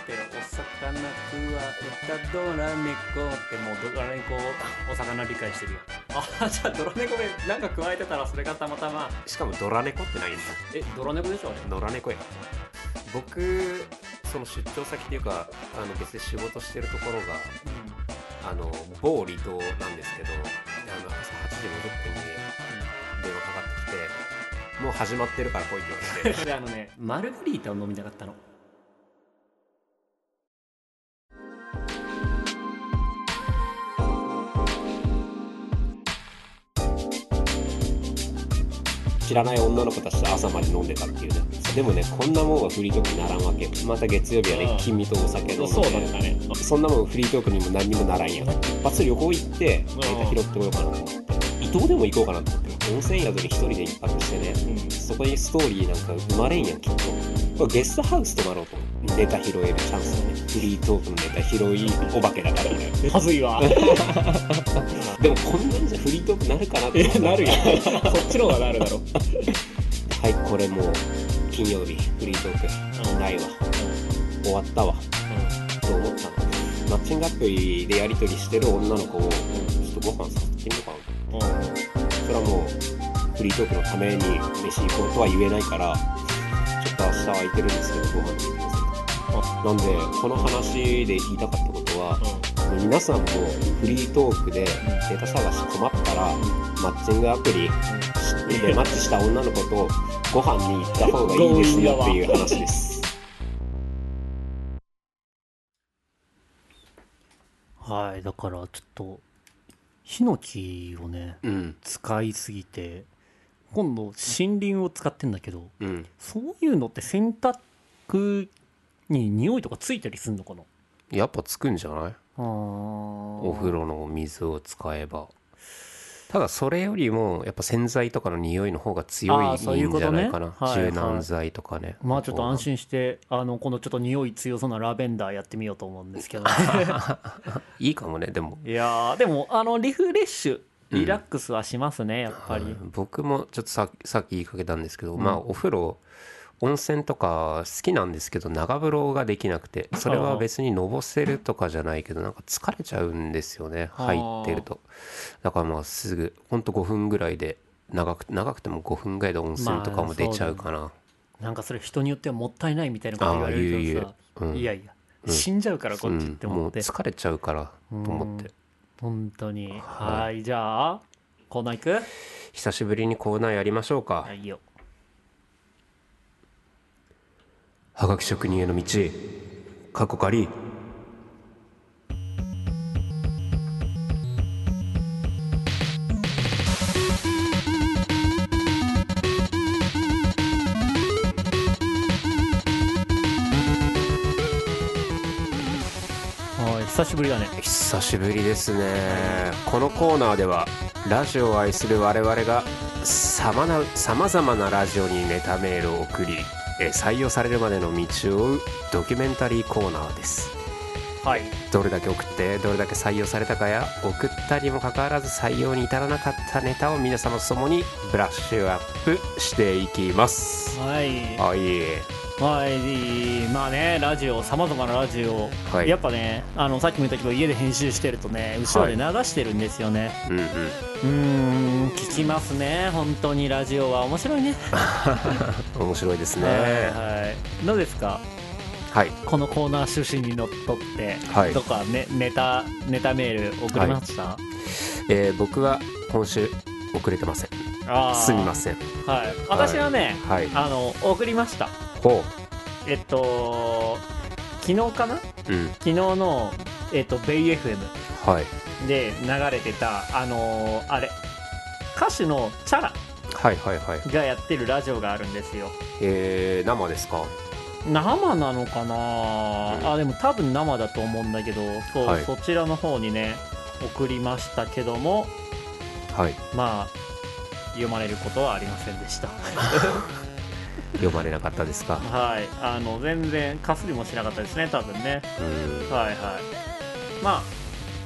えたドラ猫ってもうドラ猫お魚理解してるよ。あ、じゃあドラ猫でなんか加えてたらそれがたまたま。 しかもドラ猫ってないんだ。 え、ドラ猫でしょあれ。 ドラ猫や。僕その出張先っていうかあの別で仕事してるところが、うん、あの某離島なんですけど、あの朝はちじごじゅっぷんに電話かかってきて、もう始まってるから来いって言われてであのねマルガリータを飲みたかったの。 知らない女の子たちと朝まで飲んでたっていうね。でもね、こんなもんはフリートークにならんわけよ。また月曜日はね、君とお酒飲んで、 そうだね、 そんなもんフリートークにも何にもならんやん。一発旅行行ってネタ拾ってこようかなと思って、伊東でも行こうかなと思って、温泉宿に一人で一泊してね、うん、そこにストーリーなんか生まれんやん、きっと。これゲストハウス泊まろうと思ってネタ拾えるチャンスをね、フリートークのネタ拾いお化けだからね。 はずいわでもこんなんじゃフリートークなるかなって思った。 なるよそっちの方がなるだろはい、これもう金曜日フリートーク、うん、ないわ、うん、終わったわ、うん、と思ったの。マッチングアプリでやり取りしてる女の子を、うん、ちょっとご飯誘ってみようかなと、うん、それはもうフリートークのために飯行こうとは言えないから、ちょっと明日空いてるんですけどご飯で行きませんか。なんでこの話で言いたかったことは、うん、皆さんもフリートークでネタ探し困ったら、うん、マッチングアプリでマッチした女の子とご飯に行った方がいいですよっていう話です。 はい、だからちょっとヒノキをね、うん、使いすぎて今度森林を使ってんだけど、うん、そういうのって洗濯に匂いとかついたりすんのかな。 やっぱつくんじゃない？あ、お風呂の水を使えば。ただそれよりもやっぱ洗剤とかの匂いの方が強いんじゃないかな。柔軟剤とかね。 まあちょっと安心してあの今度ちょっと匂い強そうなラベンダーやってみようと思うんですけどねいいかもね。でもいやでもあのリフレッシュリラックスはしますね、うん、やっぱり、はい、 僕もちょっとさ、さっき言いかけたんですけど、うん、まあお風呂温泉とか好きなんですけど長風呂ができなくて、それは別にのぼせるとかじゃないけどなんか疲れちゃうんですよね、入ってると。だからまあすぐほんとごふんぐらいで、長く長くてもごふんぐらいで温泉とかも出ちゃうかな、まあ、 なんかそれ人によってはもったいないみたいなこと言われるけどさ、うん、いやいや、うん、死んじゃうからこっちって思って、 うん、もう疲れちゃうからと思って、 本当に。はい、はい、じゃあコーナー行く？ 久しぶりにコーナーやりましょうか。 はいよ。 はがき職人への道、過去仮。 はい、久しぶりだね。 久しぶりですね。このコーナーではラジオを愛する我々がさまな、さまざまなラジオにネタメールを送り、採用されるまでの道を追うドキュメンタリーコーナーです。はい、どれだけ送ってどれだけ採用されたかや、送ったにもかかわらず採用に至らなかったネタを皆様と共にブラッシュアップしていきます。 はいはいはい、まあね、ラジオ、さまざまなラジオ、はい、やっぱね、あのさっきも言ったけど家で編集してるとね、後ろで流してるんですよね、はい、うんうん、うーん、聞きますね、本当にラジオは面白いね面白いですね。 はい、はい、どうですか、はい、このコーナー趣旨にのっとって、はい、とか、ね、ネタネタメール送りました？はい、 えー、僕は今週遅れてません。あ、すみません。 はい、私はね、はい、あの送りました。ほう、えっと昨日かな、うん、昨日の、えっと、ベイ エフエム で流れてた、あのー、あれ歌手のチャラがやってるラジオがあるんですよ。 えー、生ですか？ 生なのかな、うん、あ、でも多分生だと思うんだけど、そう、はい、そちらの方にね送りましたけども、はい、まあ読まれることはありませんでした読まれなかったですか？ はい、あの全然かすりもしなかったですね、多分ね。うん、はいはい。まあ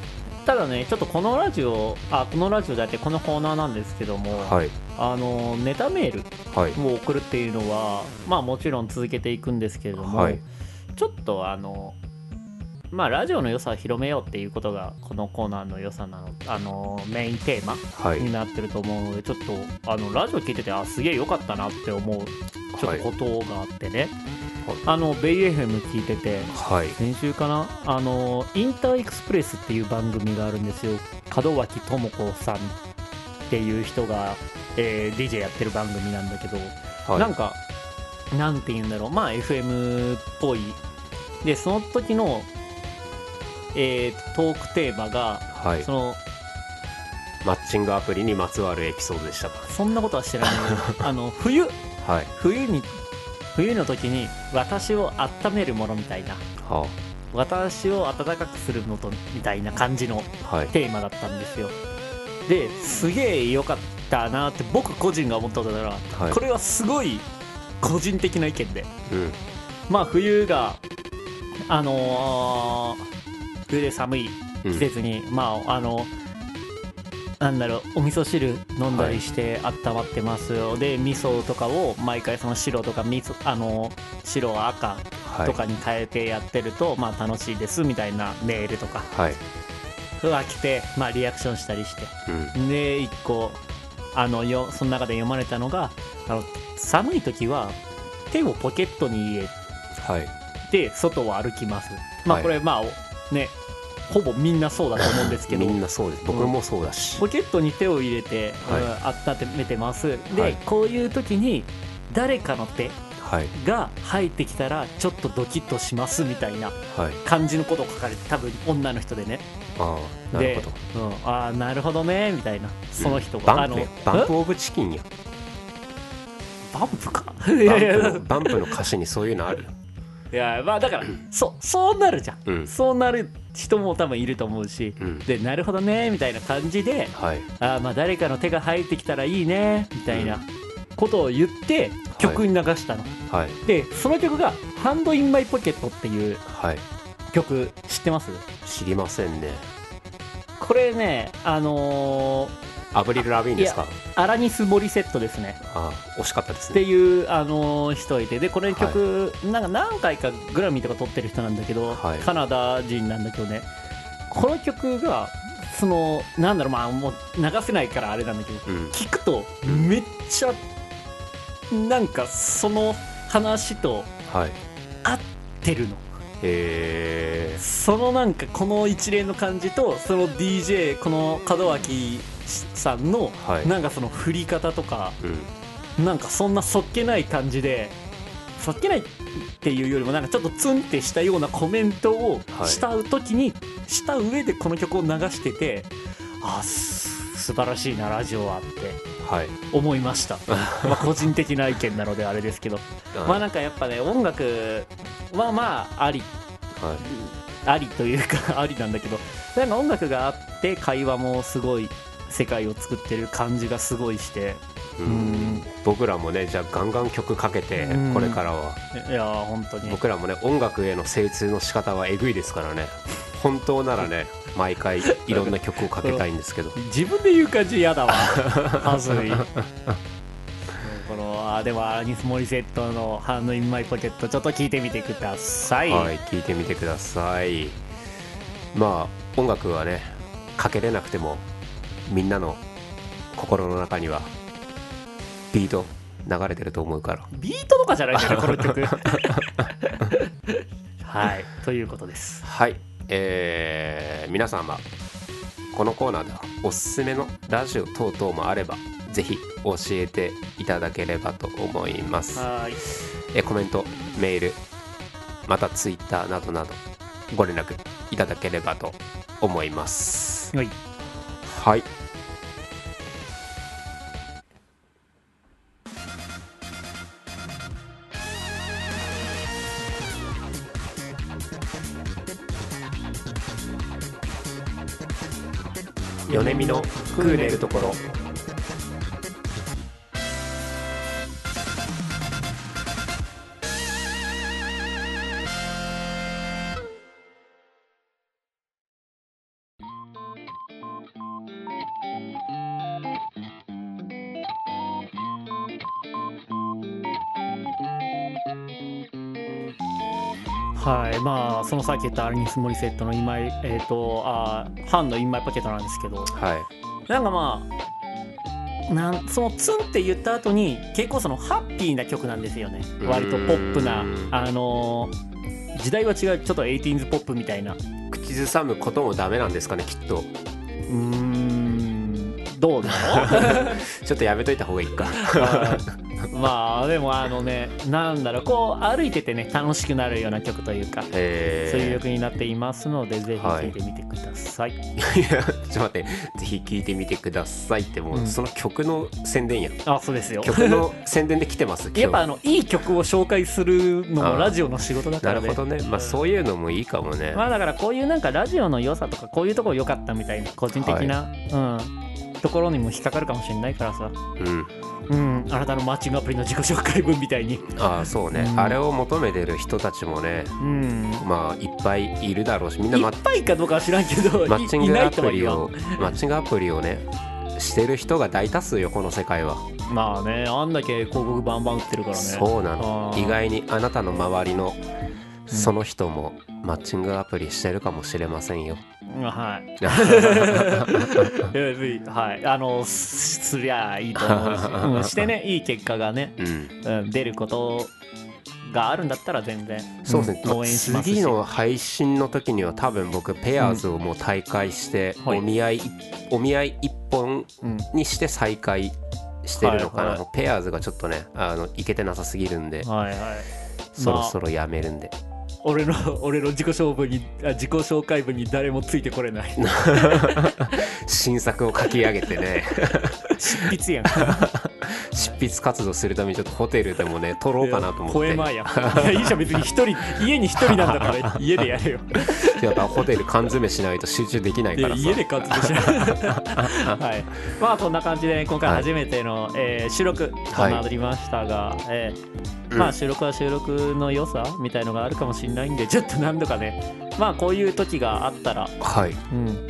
ただねちょっとこのラジオあこのラジオだってこのコーナーなんですけども、 はい、 あのネタメールを送るっていうのは、はい、まあもちろん続けていくんですけれども、はい、ちょっとあのまあラジオの良さを広めようっていうことがこのコーナーの良さなのあのメインテーマになってると思うので、はい、ちょっとあのラジオ聞いててあすげえ良かったなって思うちょっとことがあってね、はい、あのベイ エフエム 聞いてて、はい、先週かなあのインターエクスプレスっていう番組があるんですよ。門脇智子さんっていう人が、えー、ディージェー やってる番組なんだけど、はい、なんかなんて言うんだろうまあ エフエム っぽいでその時の、えー、トークテーマが、はい、そのマッチングアプリにまつわるエピソードでしたか。 そんなことは知らないあの冬、はい、冬に冬の時に私を温めるものみたいな、はあ、私を温かくするものみたいな感じのテーマだったんですよ、はい、ですげえ良かったなって僕個人が思ったことなら、はい、これはすごい個人的な意見で、うん、まあ冬があのー、冬で寒い季節に、うん、まああのなんだろうお味噌汁飲んだりして温まってますよ、はい、で味噌とかを毎回その白とか味噌あの白赤とかに変えてやってると、はい、まあ楽しいですみたいなメールとか、はい、が来て、まあ、リアクションしたりして、うん、でいっこあのよその中で読まれたのがあの寒い時は手をポケットに入れ、はい、で外を歩きます。まあこれまあ、はい、ねほぼみんなそうだと思うんですけどみんなそうです。僕もそうだし、 うん、ポケットに手を入れて、はい、温めてます。で、はい、こういう時に誰かの手が入ってきたらちょっとドキッとしますみたいな感じのことを書かれて、多分女の人でね、 ああなるほど、 うん、ああなるほどねみたいなその人が、 うん、 バンプ、あのバンプオブチキンやバンプかバンプの、バンプの歌詞にそういうのあるよ。 いやまあだからそそうなるじゃん、うん、そうなる人も多分いると思うし、うん、でなるほどねみたいな感じで、はい、あまあ誰かの手が入ってきたらいいねみたいなことを言って曲に流したの、はい、でその曲がハンドインマイポケットっていう曲、知ってます？ 知りませんね。 これねあのーアブリル・ラビーンですか？ アラニス・モリセットですね。 ああ惜しかったですねっていう、あのー、人いて、でこれ曲、はい、なんか何回かグラミーとか撮ってる人なんだけど、はい、カナダ人なんだけどね、この曲がそのなんだろうまあもう流せないからあれなんだけど、うん、聞くとめっちゃなんかその話と合ってるの、はい、へーそのなんかこの一連の感じとその ディージェー この門脇さんのなんかその振り方とか、はい、なんかそんなそっけない感じで、そっけないっていうよりもなんかちょっとツンってしたようなコメントをした時に、はい、した上でこの曲を流してて、ああ素晴らしいなラジオはって思いました、はい、まあ個人的な意見なのであれですけど、はい、まあなんかやっぱね音楽はまああり、はい、ありというかありなんだけど、なんか音楽があって会話もすごい世界を作ってる感じがすごいして、 うんうん僕らもねじゃあガンガン曲かけてこれからは、 いや本当に僕らもね音楽への精通の仕方はえぐいですからね。本当ならね毎回いろんな曲をかけたいんですけど自分で言う感じ嫌だわはずいこのあでもアラニス・モリセットのハンドインマイポケットちょっと聞いてみてください。 はい聞いてみてください。まあ音楽はねかけれなくてもみんなの心の中にはビート流れてると思うから。 ビートとかじゃないんだよねこの曲はいということです。 はい、えー、皆様このコーナーではおすすめのラジオ等々もあればぜひ教えていただければと思います。はい、えコメントメールまたツイッターなどなどご連絡いただければと思います。はい、はい米見のクーネルところ。 はい、まあそのさっき言ったアラニス・モリセットのインマイ、えー、とあハンのインマイポケットなんですけど、 はい、 なんかまあなんそのツンって言った後に結構そのハッピーな曲なんですよね。割とポップな、あのー、時代は違う、ちょっとエイティーンズポップみたいな。 口ずさむこともダメなんですかね、きっと。 うーん、どうなのちょっとやめといた方がいいか。 まあでもあのね、なんだろう、こう歩いててね楽しくなるような曲というか、そういう曲になっていますので、ぜひ聴いてみてください。はい、いやちょっと待って、ぜひ聴いてみてくださいってもう、うん、その曲の宣伝やん。 あ、そうですよ。 曲の宣伝で来てます。 やっぱあのいい曲を紹介するのもラジオの仕事だからね。 なるほどね。まあそういうのもいいかもね。 まあだからこういうなんかラジオの良さとか、こういうところ良かったみたいな個人的な、はい、うん、ところにも引っかかるかもしれないからさ。 うんうん、あなたのマッチングアプリの自己紹介文みたいに。 ああそうね、うん、あれを求めてる人たちもね、うん、まあいっぱいいるだろうし、みんな、ま、 いっぱいかどうかは知らんけど、 マッチングアプリをマッチングアプリをねしてる人が大多数よ、この世界は。 まあね、あんだけ広告バンバン売ってるからね。 そうなの。意外にあなたの周りのその人もマッチングアプリしてるかもしれませんよ。 はい。はい、あのすりゃいいと思うし、うん、してね、いい結果がね、うんうん、出ることがあるんだったら全然、 そうですね、うん、応援しますし、次の配信の時には多分僕ペアーズをもう大会して、うん、お見合いお見合い一本にして再開してるのかな、はいはい、ペアーズがちょっとね、あのいけてなさすぎるんで、はいはい、そろそろやめるんで、まあ俺の俺の自己紹介に自己紹介文に誰もついてこれない新作を書き上げてね執筆やん執筆活動するためにちょっとホテルでもね撮ろうかなと思って。 ポエマーやん。いやいいじゃん、別に一人家に一人なんだから家でやれよ。 やっぱホテル缶詰しないと集中できないからさ。 家で缶詰しないはい、まあこんな感じで、ね、今回初めての、はい、えー、収録となりましたが、はい、えーまあ、収録は収録の良さみたいのがあるかもしれないんで、ちょっと何度かね、まあこういう時があったら、 はい、うん、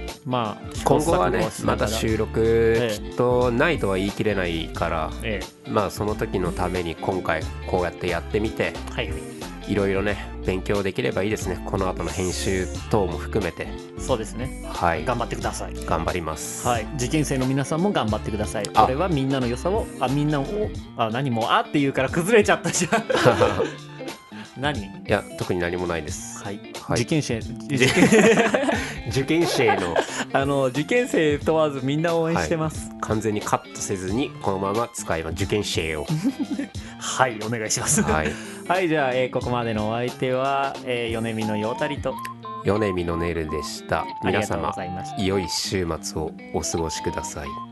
まあ今後はねまた収録きっとないとは言い切れないから、ええ、まあその時のために今回こうやってやってみて、はいはい、いろいろね勉強できればいいですね。この後の編集等も含めて。 そうですね、 はい、 頑張ってください。 頑張ります、 はい、受験生の皆さんも頑張ってください。これはみんなの良さを、あ、みんなを、あ、何もあって言うから崩れちゃったじゃん何？いや特に何もないです。 はい、はい、受験生受験生のあの受験生問わずみんな応援してます、 はい、完全にカットせずにこのまま使います。受験生をはい、お願いします。はい、はい、じゃあ、えー、ここまでのお相手は、えー、米見のようたりと米見のねるでした。皆様良い週末をお過ごしください。